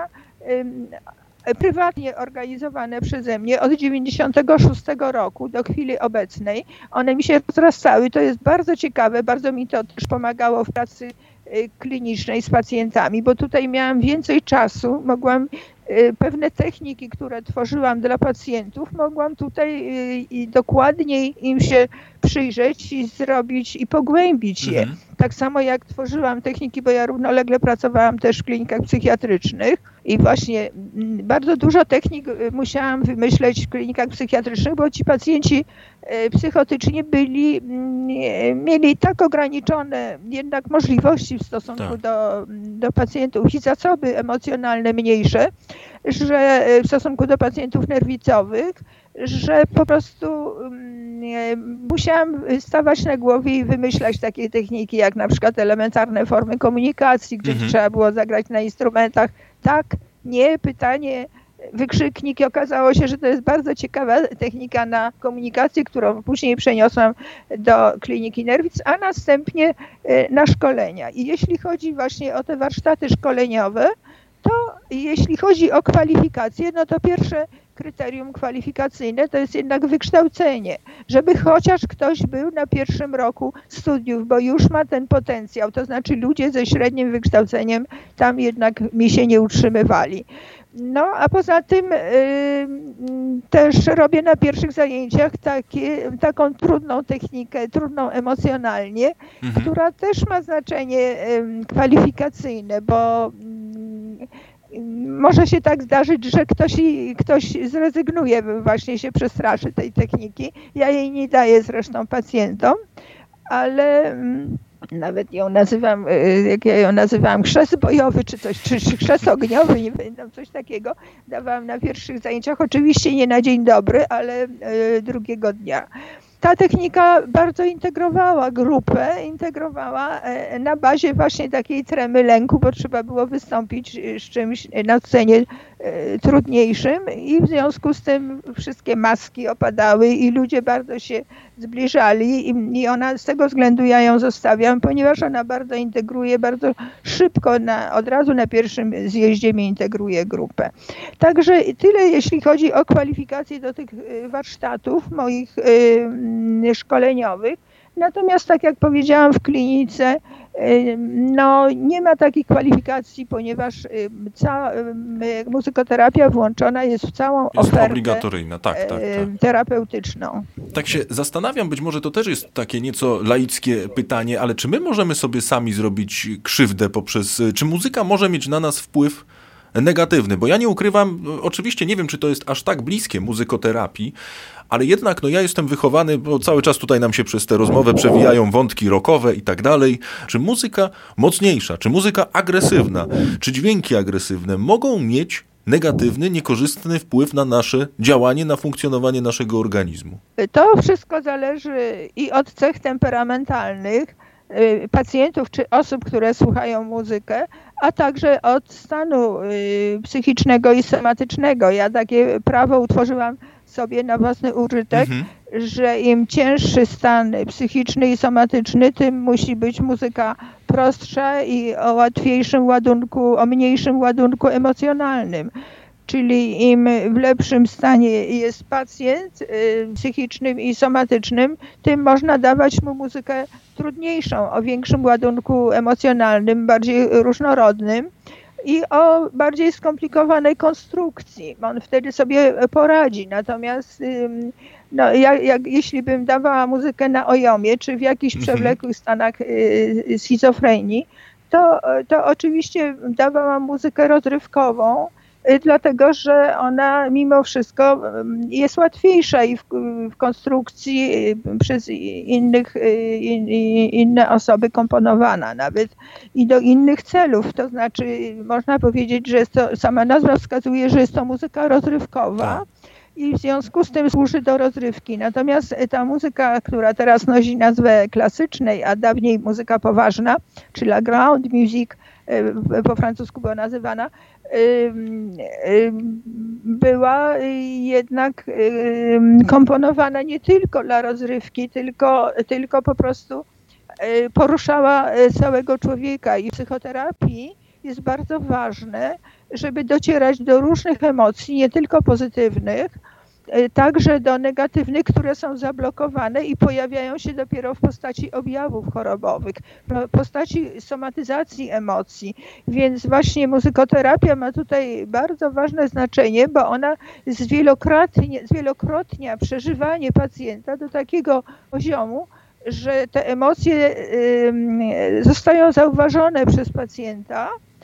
prywatnie organizowane przeze mnie od 1996 roku do chwili obecnej. One mi się rozrastały, to jest bardzo ciekawe, bardzo mi to też pomagało w pracy klinicznej z pacjentami, bo tutaj miałam więcej czasu, mogłam pewne techniki, które tworzyłam dla pacjentów, mogłam tutaj i dokładniej im się przyjrzeć i zrobić i pogłębić je. Tak samo jak tworzyłam techniki, bo ja równolegle pracowałam też w klinikach psychiatrycznych i właśnie bardzo dużo technik musiałam wymyśleć w klinikach psychiatrycznych, bo ci pacjenci psychotyczni mieli tak ograniczone jednak możliwości w stosunku do pacjentów i zasoby emocjonalne mniejsze, że w stosunku do pacjentów nerwicowych, że po prostu musiałam stawać na głowie i wymyślać takie techniki, jak na przykład elementarne formy komunikacji, gdzie trzeba było zagrać na instrumentach. Tak, nie, pytanie, wykrzyknik. I okazało się, że to jest bardzo ciekawa technika na komunikację, którą później przeniosłam do Kliniki Nerwic, a następnie na szkolenia. I jeśli chodzi właśnie o te warsztaty szkoleniowe, to jeśli chodzi o kwalifikacje, no to pierwsze kryterium kwalifikacyjne to jest jednak wykształcenie, żeby chociaż ktoś był na pierwszym roku studiów, bo już ma ten potencjał, to znaczy ludzie ze średnim wykształceniem tam jednak mi się nie utrzymywali. No a poza tym też robię na pierwszych zajęciach taką trudną technikę, trudną emocjonalnie, która też ma znaczenie kwalifikacyjne, bo może się tak zdarzyć, że ktoś zrezygnuje, właśnie się przestraszy tej techniki. Ja jej nie daję zresztą pacjentom, ale nawet ją nazywam, jak ja ją nazywałam, chrzest bojowy czy coś, czy chrzest ogniowy, nie pamiętam, coś takiego. Dawałam na pierwszych zajęciach, oczywiście nie na dzień dobry, ale drugiego dnia. Ta technika bardzo integrowała grupę, na bazie właśnie takiej tremy lęku, bo trzeba było wystąpić z czymś na scenie trudniejszym i w związku z tym wszystkie maski opadały i ludzie bardzo się zbliżali i ona z tego względu ja ją zostawiam, ponieważ ona bardzo integruje, bardzo szybko, od razu na pierwszym zjeździe mi integruje grupę. Także tyle jeśli chodzi o kwalifikacje do tych warsztatów moich szkoleniowych. Natomiast tak jak powiedziałam w klinice, no nie ma takiej kwalifikacji, ponieważ muzykoterapia włączona jest w całą ofertę obligatoryjna, tak. terapeutyczną. Tak się zastanawiam, być może to też jest takie nieco laickie pytanie, ale czy my możemy sobie sami zrobić krzywdę czy muzyka może mieć na nas wpływ negatywny? Bo ja nie ukrywam, oczywiście nie wiem, czy to jest aż tak bliskie muzykoterapii, ale jednak ja jestem wychowany, bo cały czas tutaj nam się przez tę rozmowę przewijają wątki rockowe i tak dalej. Czy muzyka mocniejsza, czy muzyka agresywna, czy dźwięki agresywne mogą mieć negatywny, niekorzystny wpływ na nasze działanie, na funkcjonowanie naszego organizmu? To wszystko zależy i od cech temperamentalnych pacjentów czy osób, które słuchają muzykę, a także od stanu psychicznego i somatycznego. Ja takie prawo utworzyłam sobie na własny użytek, że im cięższy stan psychiczny i somatyczny, tym musi być muzyka prostsza i o mniejszym ładunku emocjonalnym. Czyli im w lepszym stanie jest pacjent psychicznym i somatycznym, tym można dawać mu muzykę trudniejszą, o większym ładunku emocjonalnym, bardziej różnorodnym i o bardziej skomplikowanej konstrukcji. On wtedy sobie poradzi. Natomiast jeśli bym dawała muzykę na ojomie, czy w jakichś przewlekłych stanach schizofrenii, to oczywiście dawałam muzykę rozrywkową, dlatego że ona mimo wszystko jest łatwiejsza i w konstrukcji przez inne osoby komponowana nawet i do innych celów. To znaczy można powiedzieć, że sama nazwa wskazuje, że jest to muzyka rozrywkowa. I w związku z tym służy do rozrywki. Natomiast ta muzyka, która teraz nosi nazwę klasycznej, a dawniej muzyka poważna, czyli la grande musique, po francusku była nazywana, była jednak komponowana nie tylko dla rozrywki, tylko po prostu poruszała całego człowieka. I w psychoterapii jest bardzo ważne, żeby docierać do różnych emocji, nie tylko pozytywnych, także do negatywnych, które są zablokowane i pojawiają się dopiero w postaci objawów chorobowych, w postaci somatyzacji emocji. Więc właśnie muzykoterapia ma tutaj bardzo ważne znaczenie, bo ona zwielokrotnia przeżywanie pacjenta do takiego poziomu, że te emocje zostają zauważone przez pacjenta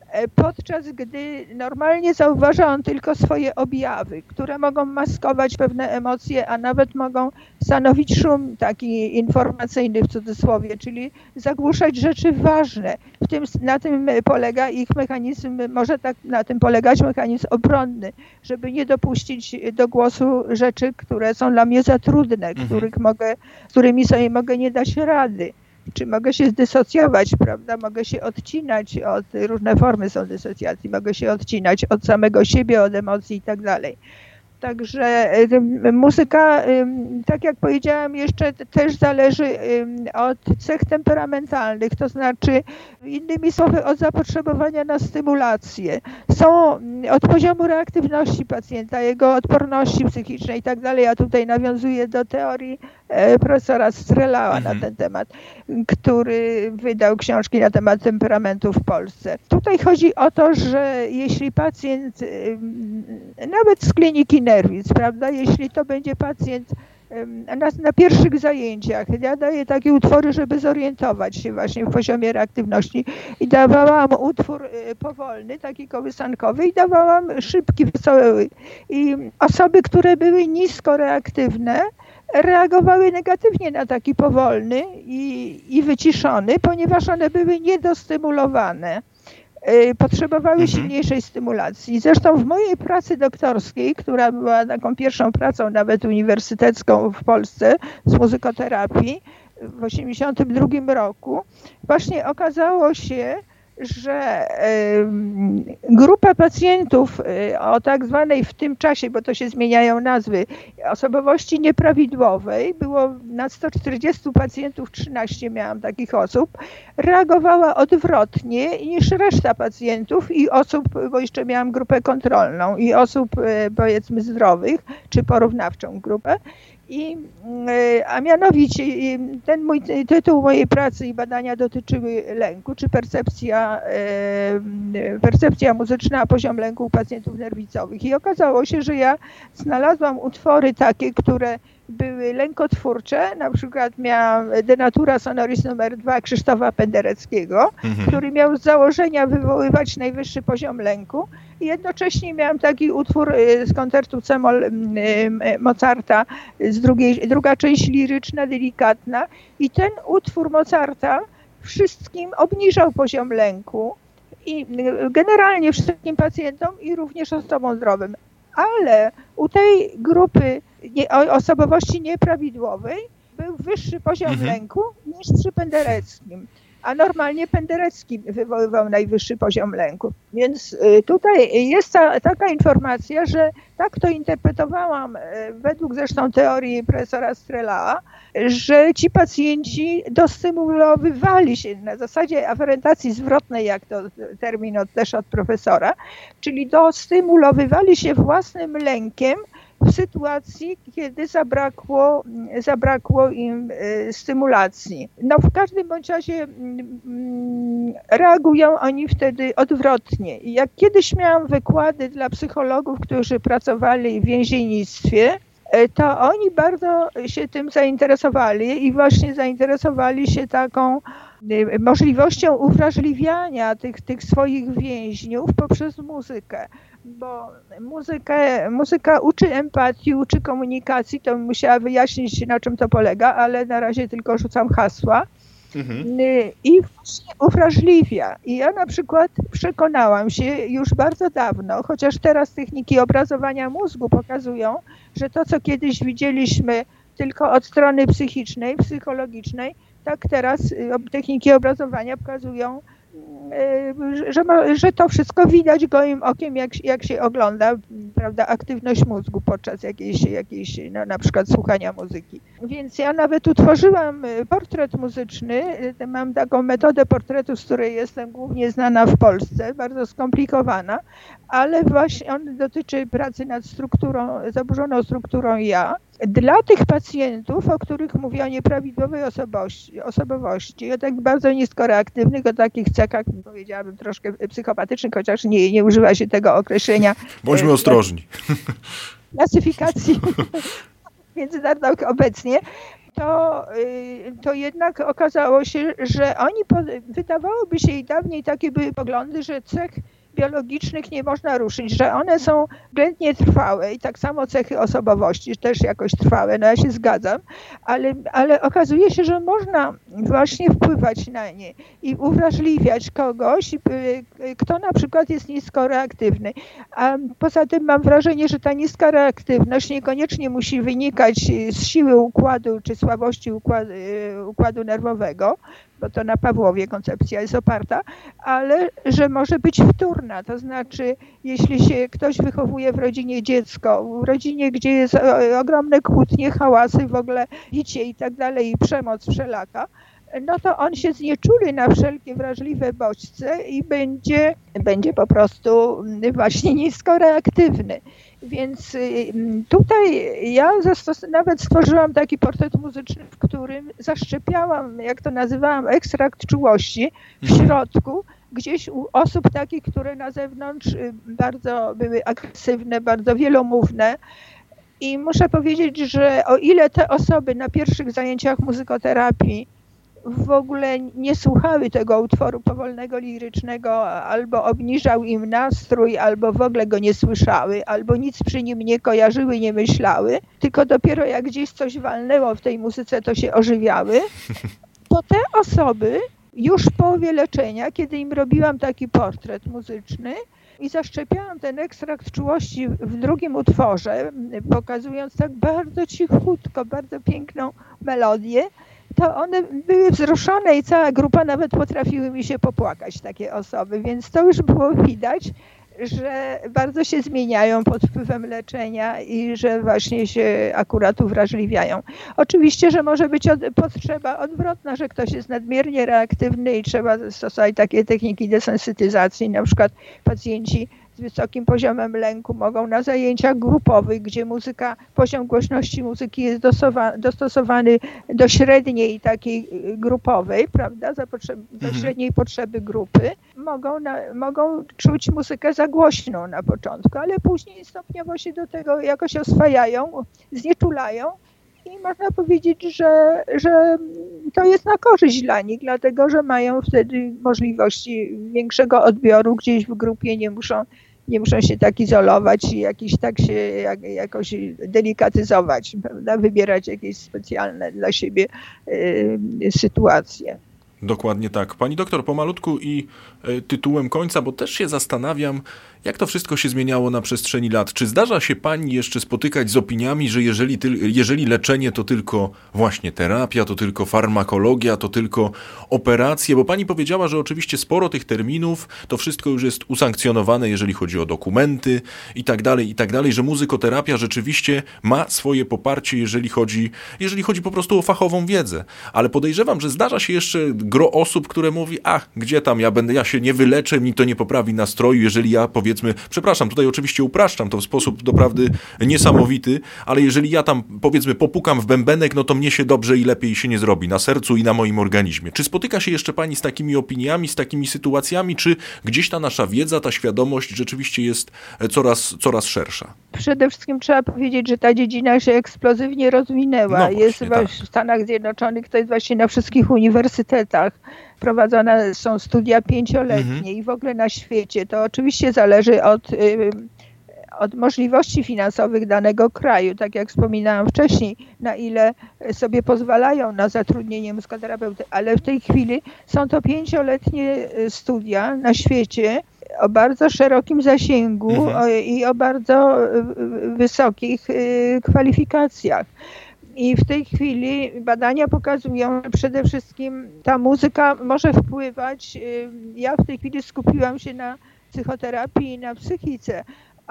podczas gdy normalnie zauważa on tylko swoje objawy, które mogą maskować pewne emocje, a nawet mogą stanowić szum taki informacyjny w cudzysłowie, czyli zagłuszać rzeczy ważne. Na tym polega ich mechanizm, może tak na tym polegać mechanizm obronny, żeby nie dopuścić do głosu rzeczy, które są dla mnie za trudne, którymi sobie mogę nie dać rady. Czy mogę się zdysocjować, prawda? Mogę się odcinać różne formy są dysocjacji, mogę się odcinać od samego siebie, od emocji i tak dalej. Także muzyka, tak jak powiedziałam, jeszcze też zależy od cech temperamentalnych, to znaczy innymi słowy od zapotrzebowania na stymulację. Są od poziomu reaktywności pacjenta, jego odporności psychicznej i tak dalej. Ja tutaj nawiązuję do teorii profesora Strelała na ten temat, który wydał książki na temat temperamentu w Polsce. Tutaj chodzi o to, że jeśli pacjent, nawet z kliniki nerwic, prawda, jeśli to będzie pacjent na pierwszych zajęciach, ja daję takie utwory, żeby zorientować się właśnie w poziomie reaktywności i dawałam utwór powolny, taki kołysankowy i dawałam szybki, wesoły. I osoby, które były nisko reaktywne, reagowały negatywnie na taki powolny i wyciszony, ponieważ one były niedostymulowane. Potrzebowały silniejszej stymulacji. Zresztą w mojej pracy doktorskiej, która była taką pierwszą pracą nawet uniwersytecką w Polsce z muzykoterapii w 1982 roku, właśnie okazało się, że grupa pacjentów o tak zwanej w tym czasie, bo to się zmieniają nazwy, osobowości nieprawidłowej, było na 140 pacjentów, 13 miałam takich osób, reagowała odwrotnie niż reszta pacjentów i osób, bo jeszcze miałam grupę kontrolną i osób powiedzmy zdrowych, czy porównawczą grupę. A mianowicie ten tytuł mojej pracy i badania dotyczyły lęku, czy percepcja muzyczna, poziom lęku u pacjentów nerwicowych. I okazało się, że ja znalazłam utwory takie, które były lękotwórcze, na przykład miałam Denatura Sonoris nr 2 Krzysztofa Pendereckiego, który miał z założenia wywoływać najwyższy poziom lęku. I jednocześnie miałam taki utwór z koncertu C-moll Mozarta, druga część liryczna, delikatna. I ten utwór Mozarta wszystkim obniżał poziom lęku i generalnie wszystkim pacjentom i również osobom zdrowym. Ale u tej grupy osobowości nieprawidłowej był wyższy poziom lęku niż przy Pendereckim. A normalnie Penderecki wywoływał najwyższy poziom lęku. Więc tutaj jest taka informacja, że tak to interpretowałam, według zresztą teorii profesora Strelała, że ci pacjenci dostymulowywali się na zasadzie aferentacji zwrotnej, jak to termin też od profesora, czyli dostymulowywali się własnym lękiem w sytuacji, kiedy zabrakło im stymulacji. No w każdym bądź razie reagują oni wtedy odwrotnie. I jak kiedyś miałam wykłady dla psychologów, którzy pracowali w więziennictwie, to oni bardzo się tym zainteresowali i właśnie zainteresowali się taką możliwością uwrażliwiania tych swoich więźniów poprzez muzykę. Bo muzyka uczy empatii, uczy komunikacji, to bym musiała wyjaśnić, na czym to polega, ale na razie tylko rzucam hasła. I właśnie uwrażliwia. I ja na przykład przekonałam się już bardzo dawno, chociaż teraz techniki obrazowania mózgu pokazują, że to, co kiedyś widzieliśmy tylko od strony psychicznej, psychologicznej, tak teraz techniki obrazowania pokazują, że to wszystko widać gołym okiem, jak się ogląda, prawda, aktywność mózgu podczas jakiejś na przykład słuchania muzyki. Więc ja nawet utworzyłam portret muzyczny, mam taką metodę portretu, z której jestem głównie znana w Polsce, bardzo skomplikowana, ale właśnie on dotyczy pracy nad zaburzoną strukturą ja. Dla tych pacjentów, o których mówię o nieprawidłowej osobowości, o tak bardzo niskoreaktywnych, o takich cechach, powiedziałabym, troszkę psychopatycznych, chociaż nie używa się tego określenia. Bądźmy ostrożni. Klasyfikacji międzynarodowych obecnie, to jednak okazało się, że wydawałoby się i dawniej takie były poglądy, że cech biologicznych nie można ruszyć, że one są względnie trwałe i tak samo cechy osobowości też jakoś trwałe, no ja się zgadzam, ale okazuje się, że można właśnie wpływać na nie i uwrażliwiać kogoś, kto na przykład jest nisko reaktywny. A poza tym mam wrażenie, że ta niska reaktywność niekoniecznie musi wynikać z siły układu czy słabości układu nerwowego, bo to na Pawłowie koncepcja jest oparta, ale że może być wtórna, to znaczy jeśli się ktoś wychowuje w rodzinie dziecko, w rodzinie, gdzie jest ogromne kłótnie, hałasy, w ogóle bicie i tak dalej i przemoc wszelaka, no to on się znieczuli na wszelkie wrażliwe bodźce i będzie po prostu właśnie nisko reaktywny. Więc tutaj ja nawet stworzyłam taki portret muzyczny, w którym zaszczepiałam, jak to nazywałam, ekstrakt czułości w środku, gdzieś u osób takich, które na zewnątrz bardzo były agresywne, bardzo wielomówne. I muszę powiedzieć, że o ile te osoby na pierwszych zajęciach muzykoterapii w ogóle nie słuchały tego utworu powolnego, lirycznego, albo obniżał im nastrój, albo w ogóle go nie słyszały, albo nic przy nim nie kojarzyły, nie myślały, tylko dopiero jak gdzieś coś walnęło w tej muzyce, to się ożywiały, to te osoby już w połowie leczenia, kiedy im robiłam taki portret muzyczny i zaszczepiałam ten ekstrakt czułości w drugim utworze, pokazując tak bardzo cichutko, bardzo piękną melodię, to one były wzruszone i cała grupa nawet potrafiły mi się popłakać, takie osoby, więc to już było widać, że bardzo się zmieniają pod wpływem leczenia i że właśnie się akurat uwrażliwiają. Oczywiście, że może być potrzeba odwrotna, że ktoś jest nadmiernie reaktywny i trzeba stosować takie techniki desensytyzacji, na przykład pacjenci z wysokim poziomem lęku mogą na zajęciach grupowych, gdzie poziom głośności muzyki jest dostosowany do średniej takiej grupowej, prawda, do średniej potrzeby grupy, mogą czuć muzykę za głośną na początku, ale później stopniowo się do tego jakoś oswajają, znieczulają i można powiedzieć, że to jest na korzyść dla nich, dlatego że mają wtedy możliwości większego odbioru gdzieś w grupie, nie muszą się tak izolować i jakoś delikatyzować, prawda? Wybierać jakieś specjalne dla siebie sytuacje. Dokładnie tak. Pani doktor, pomalutku i tytułem końca, bo też się zastanawiam, jak to wszystko się zmieniało na przestrzeni lat. Czy zdarza się pani jeszcze spotykać z opiniami, że jeżeli leczenie to tylko właśnie terapia, to tylko farmakologia, to tylko operacje? Bo pani powiedziała, że oczywiście sporo tych terminów, to wszystko już jest usankcjonowane, jeżeli chodzi o dokumenty i tak dalej, że muzykoterapia rzeczywiście ma swoje poparcie, jeżeli chodzi po prostu o fachową wiedzę. Ale podejrzewam, że zdarza się jeszcze gro osób, które mówi, gdzie tam, ja się nie wyleczę, mi to nie poprawi nastroju, jeżeli ja powiedzmy, przepraszam, tutaj oczywiście upraszczam to w sposób doprawdy niesamowity, ale jeżeli ja tam powiedzmy popukam w bębenek, no to mnie się dobrze i lepiej się nie zrobi na sercu i na moim organizmie. Czy spotyka się jeszcze pani z takimi opiniami, z takimi sytuacjami, czy gdzieś ta nasza wiedza, ta świadomość rzeczywiście jest coraz szersza? Przede wszystkim trzeba powiedzieć, że ta dziedzina się eksplozywnie rozwinęła. No właśnie, tak. W Stanach Zjednoczonych to jest właśnie na wszystkich uniwersytetach. Prowadzone są studia 5-letnie i w ogóle na świecie. To oczywiście zależy od możliwości finansowych danego kraju, tak jak wspominałam wcześniej, na ile sobie pozwalają na zatrudnienie muzykoterapeuty, ale w tej chwili są to 5-letnie studia na świecie o bardzo szerokim zasięgu i o bardzo wysokich kwalifikacjach. I w tej chwili badania pokazują, że przede wszystkim ta muzyka może wpływać. Ja w tej chwili skupiłam się na psychoterapii i na psychice,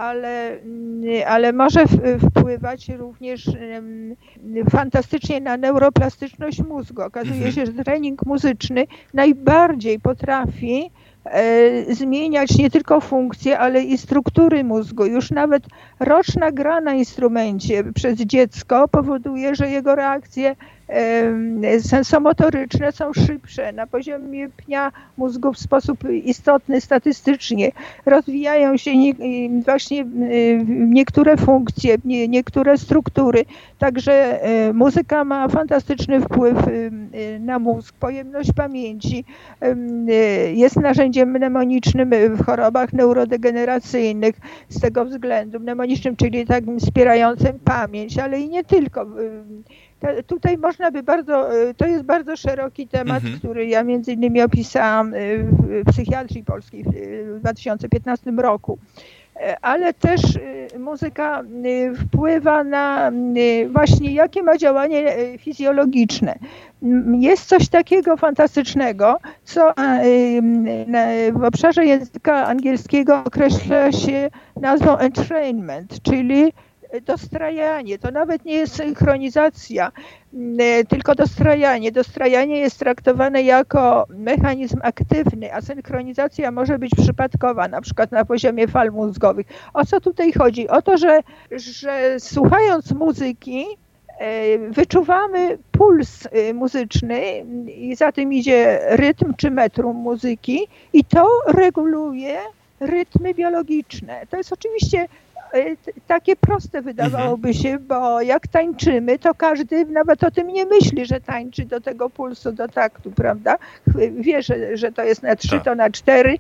ale może wpływać również fantastycznie na neuroplastyczność mózgu. Okazuje się, że trening muzyczny najbardziej potrafi zmieniać nie tylko funkcje, ale i struktury mózgu. Już nawet roczna gra na instrumencie przez dziecko powoduje, że jego reakcje sensomotoryczne są szybsze, na poziomie pnia mózgu w sposób istotny statystycznie. Rozwijają się właśnie niektóre funkcje, niektóre struktury. Także muzyka ma fantastyczny wpływ na mózg, pojemność pamięci. Jest narzędziem mnemonicznym w chorobach neurodegeneracyjnych z tego względu. Mnemonicznym, czyli takim wspierającym pamięć, ale i nie tylko. Tutaj można by to jest bardzo szeroki temat, który ja między innymi opisałam w psychiatrii polskiej w 2015 roku. Ale też muzyka wpływa na właśnie jakie ma działanie fizjologiczne. Jest coś takiego fantastycznego, co w obszarze języka angielskiego określa się nazwą entrainment, czyli dostrajanie. To nawet nie jest synchronizacja, tylko dostrajanie. Dostrajanie jest traktowane jako mechanizm aktywny, a synchronizacja może być przypadkowa, na przykład na poziomie fal mózgowych. O co tutaj chodzi? O to, że słuchając muzyki wyczuwamy puls muzyczny i za tym idzie rytm czy metrum muzyki i to reguluje rytmy biologiczne. To jest oczywiście takie proste wydawałoby się, bo jak tańczymy, to każdy nawet o tym nie myśli, że tańczy do tego pulsu, do taktu, prawda? Wie, że to jest na 3, to na 4,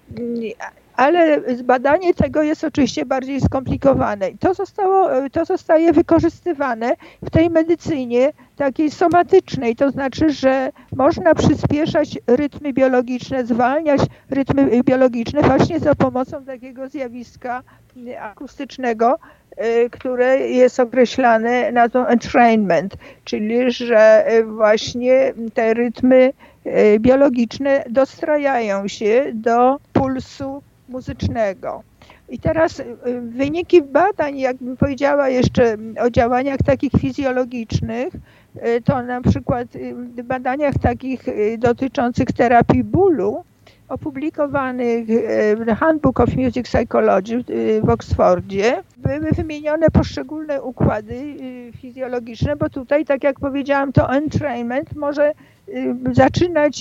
ale badanie tego jest oczywiście bardziej skomplikowane. To zostaje wykorzystywane w tej medycynie takiej somatycznej, to znaczy, że można przyspieszać rytmy biologiczne, zwalniać rytmy biologiczne właśnie za pomocą takiego zjawiska akustycznego, które jest określane nazwą entrainment, czyli że właśnie te rytmy biologiczne dostrajają się do pulsu muzycznego. I teraz wyniki badań, jakbym powiedziała jeszcze o działaniach takich fizjologicznych, to na przykład w badaniach takich dotyczących terapii bólu, opublikowanych w Handbook of Music Psychology w Oksfordzie, były wymienione poszczególne układy fizjologiczne, bo tutaj, tak jak powiedziałam, to entrainment może zaczynać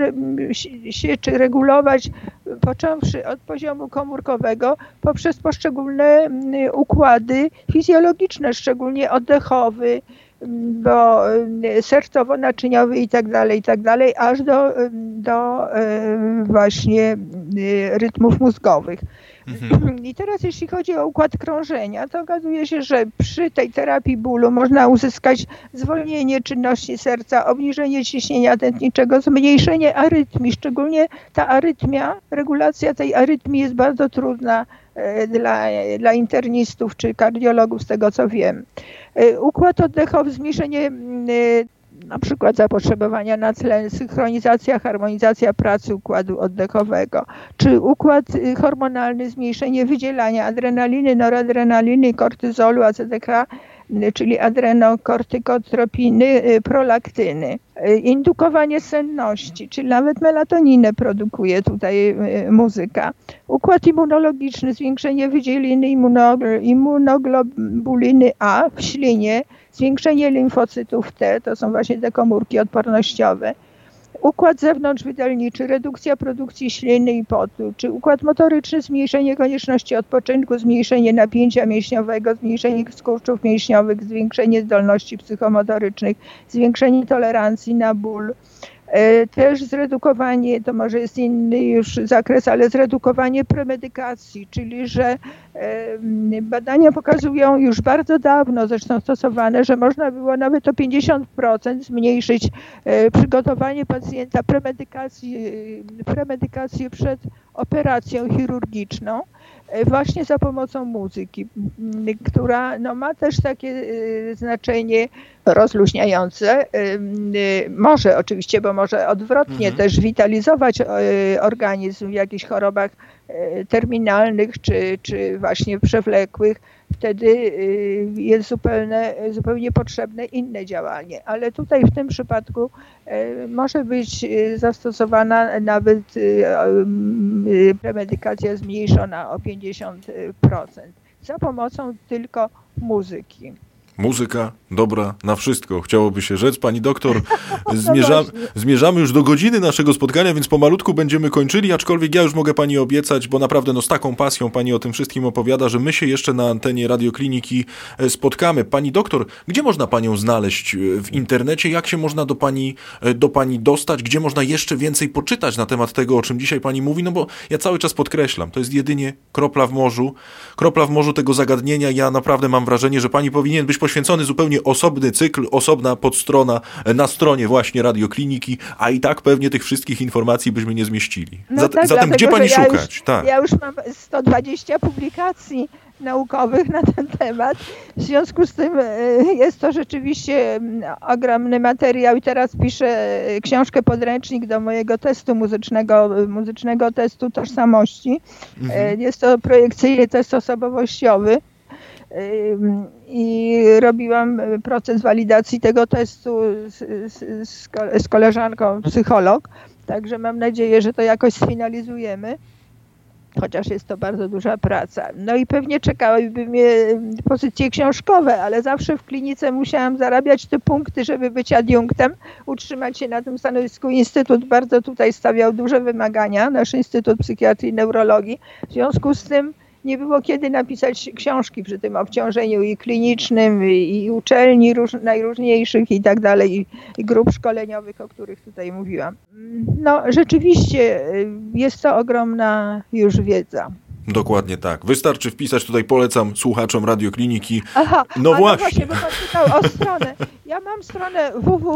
się czy regulować, począwszy od poziomu komórkowego, poprzez poszczególne układy fizjologiczne, szczególnie oddechowy, bo sercowo-naczyniowy i tak dalej, aż do właśnie rytmów mózgowych. I teraz jeśli chodzi o układ krążenia, to okazuje się, że przy tej terapii bólu można uzyskać zwolnienie czynności serca, obniżenie ciśnienia tętniczego, zmniejszenie arytmii, szczególnie ta arytmia, regulacja tej arytmii jest bardzo trudna dla internistów czy kardiologów, z tego co wiem. Układ oddechowy, zmniejszenie na przykład zapotrzebowania na tlen, synchronizacja, harmonizacja pracy układu oddechowego, czy układ hormonalny, zmniejszenie wydzielania adrenaliny, noradrenaliny, kortyzolu, ACTH, czyli adrenokortykotropiny, prolaktyny. Indukowanie senności, czyli nawet melatoninę produkuje tutaj muzyka. Układ immunologiczny, zwiększenie wydzieliny immunoglobuliny A w ślinie, zwiększenie limfocytów T, to są właśnie te komórki odpornościowe. Układ zewnątrzwydalniczy, redukcja produkcji śliny i potu, czy układ motoryczny, zmniejszenie konieczności odpoczynku, zmniejszenie napięcia mięśniowego, zmniejszenie skurczów mięśniowych, zwiększenie zdolności psychomotorycznych, zwiększenie tolerancji na ból. Też zredukowanie, to może jest inny już zakres, ale zredukowanie premedykacji, czyli że badania pokazują już bardzo dawno, zresztą stosowane, że można było nawet o 50% zmniejszyć przygotowanie pacjenta, premedykację przed operacją chirurgiczną, właśnie za pomocą muzyki, która ma też takie znaczenie rozluźniające. Może oczywiście, bo może odwrotnie też witalizować organizm w jakichś chorobach terminalnych czy właśnie przewlekłych. Wtedy jest zupełnie potrzebne inne działanie. Ale tutaj w tym przypadku może być zastosowana nawet premedykacja zmniejszona o 50% za pomocą tylko muzyki. muzyka dobra na wszystko. Chciałoby się rzec. Pani doktor, zmierzamy już do godziny naszego spotkania, więc pomalutku będziemy kończyli, aczkolwiek ja już mogę pani obiecać, bo naprawdę z taką pasją pani o tym wszystkim opowiada, że my się jeszcze na antenie Radiokliniki spotkamy. Pani doktor, gdzie można panią znaleźć w internecie? Jak się można do pani dostać? Gdzie można jeszcze więcej poczytać na temat tego, o czym dzisiaj pani mówi? No bo ja cały czas podkreślam, to jest jedynie kropla w morzu tego zagadnienia. Ja naprawdę mam wrażenie, że pani powinien być poświęcony zupełnie osobny cykl, osobna podstrona na stronie właśnie Radiokliniki, a i tak pewnie tych wszystkich informacji byśmy nie zmieścili. Zatem gdzie pani szukać? Ja już mam 120 publikacji naukowych na ten temat. W związku z tym jest to rzeczywiście ogromny materiał i teraz piszę książkę podręcznik do mojego testu muzycznego testu tożsamości. Jest to projekcyjny test osobowościowy i robiłam proces walidacji tego testu z koleżanką psycholog, także mam nadzieję, że to jakoś sfinalizujemy. Chociaż jest to bardzo duża praca. No i pewnie czekałyby mnie pozycje książkowe, ale zawsze w klinice musiałam zarabiać te punkty, żeby być adiunktem, utrzymać się na tym stanowisku. Instytut bardzo tutaj stawiał duże wymagania, nasz Instytut Psychiatrii i Neurologii. W związku z tym nie było kiedy napisać książki przy tym obciążeniu i klinicznym, i uczelni najróżniejszych i tak dalej, i grup szkoleniowych, o których tutaj mówiłam. No rzeczywiście jest to ogromna już wiedza. Dokładnie tak. Wystarczy wpisać, tutaj polecam słuchaczom Radiokliniki. No właśnie, bo pan pytał o stronę. Ja mam stronę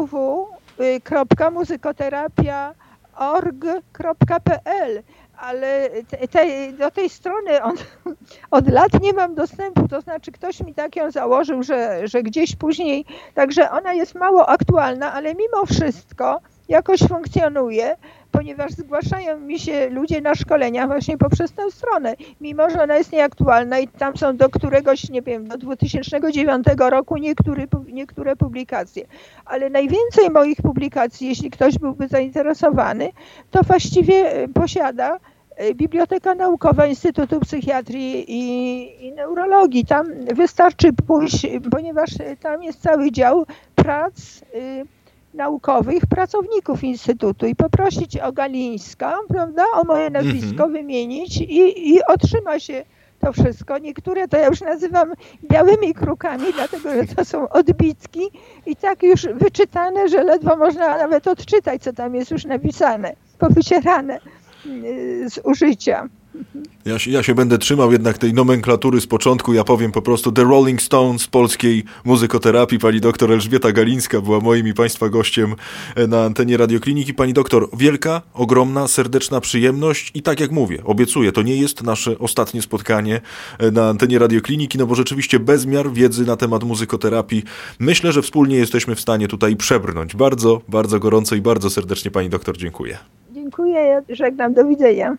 www.muzykoterapia.org.pl, ale do tej strony od lat nie mam dostępu, to znaczy ktoś mi tak ją założył, że gdzieś później, także ona jest mało aktualna, ale mimo wszystko jakoś funkcjonuje, ponieważ zgłaszają mi się ludzie na szkolenia właśnie poprzez tę stronę, mimo że ona jest nieaktualna i tam są do któregoś, nie wiem, do 2009 roku niektóre publikacje. Ale najwięcej moich publikacji, jeśli ktoś byłby zainteresowany, to właściwie posiada Biblioteka Naukowa Instytutu Psychiatrii i Neurologii. Tam wystarczy pójść, ponieważ tam jest cały dział prac naukowych pracowników Instytutu i poprosić o Galińska, prawda, o moje nazwisko wymienić i otrzyma się to wszystko. Niektóre to ja już nazywam białymi krukami, dlatego że to są odbitki i tak już wyczytane, że ledwo można nawet odczytać, co tam jest już napisane, powycierane z użycia. Ja się będę trzymał jednak tej nomenklatury z początku. Ja powiem po prostu The Rolling Stones polskiej muzykoterapii. Pani doktor Elżbieta Galińska była moim i państwa gościem na antenie Radiokliniki. Pani doktor, wielka, ogromna, serdeczna przyjemność i tak jak mówię, obiecuję, to nie jest nasze ostatnie spotkanie na antenie Radiokliniki, no bo rzeczywiście bezmiar wiedzy na temat muzykoterapii. Myślę, że wspólnie jesteśmy w stanie tutaj przebrnąć. Bardzo, bardzo gorąco i bardzo serdecznie pani doktor dziękuję. Dziękuję, ja żegnam, do widzenia.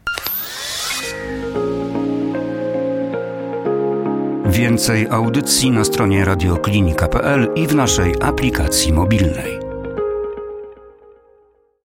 Więcej audycji na stronie radioklinika.pl i w naszej aplikacji mobilnej.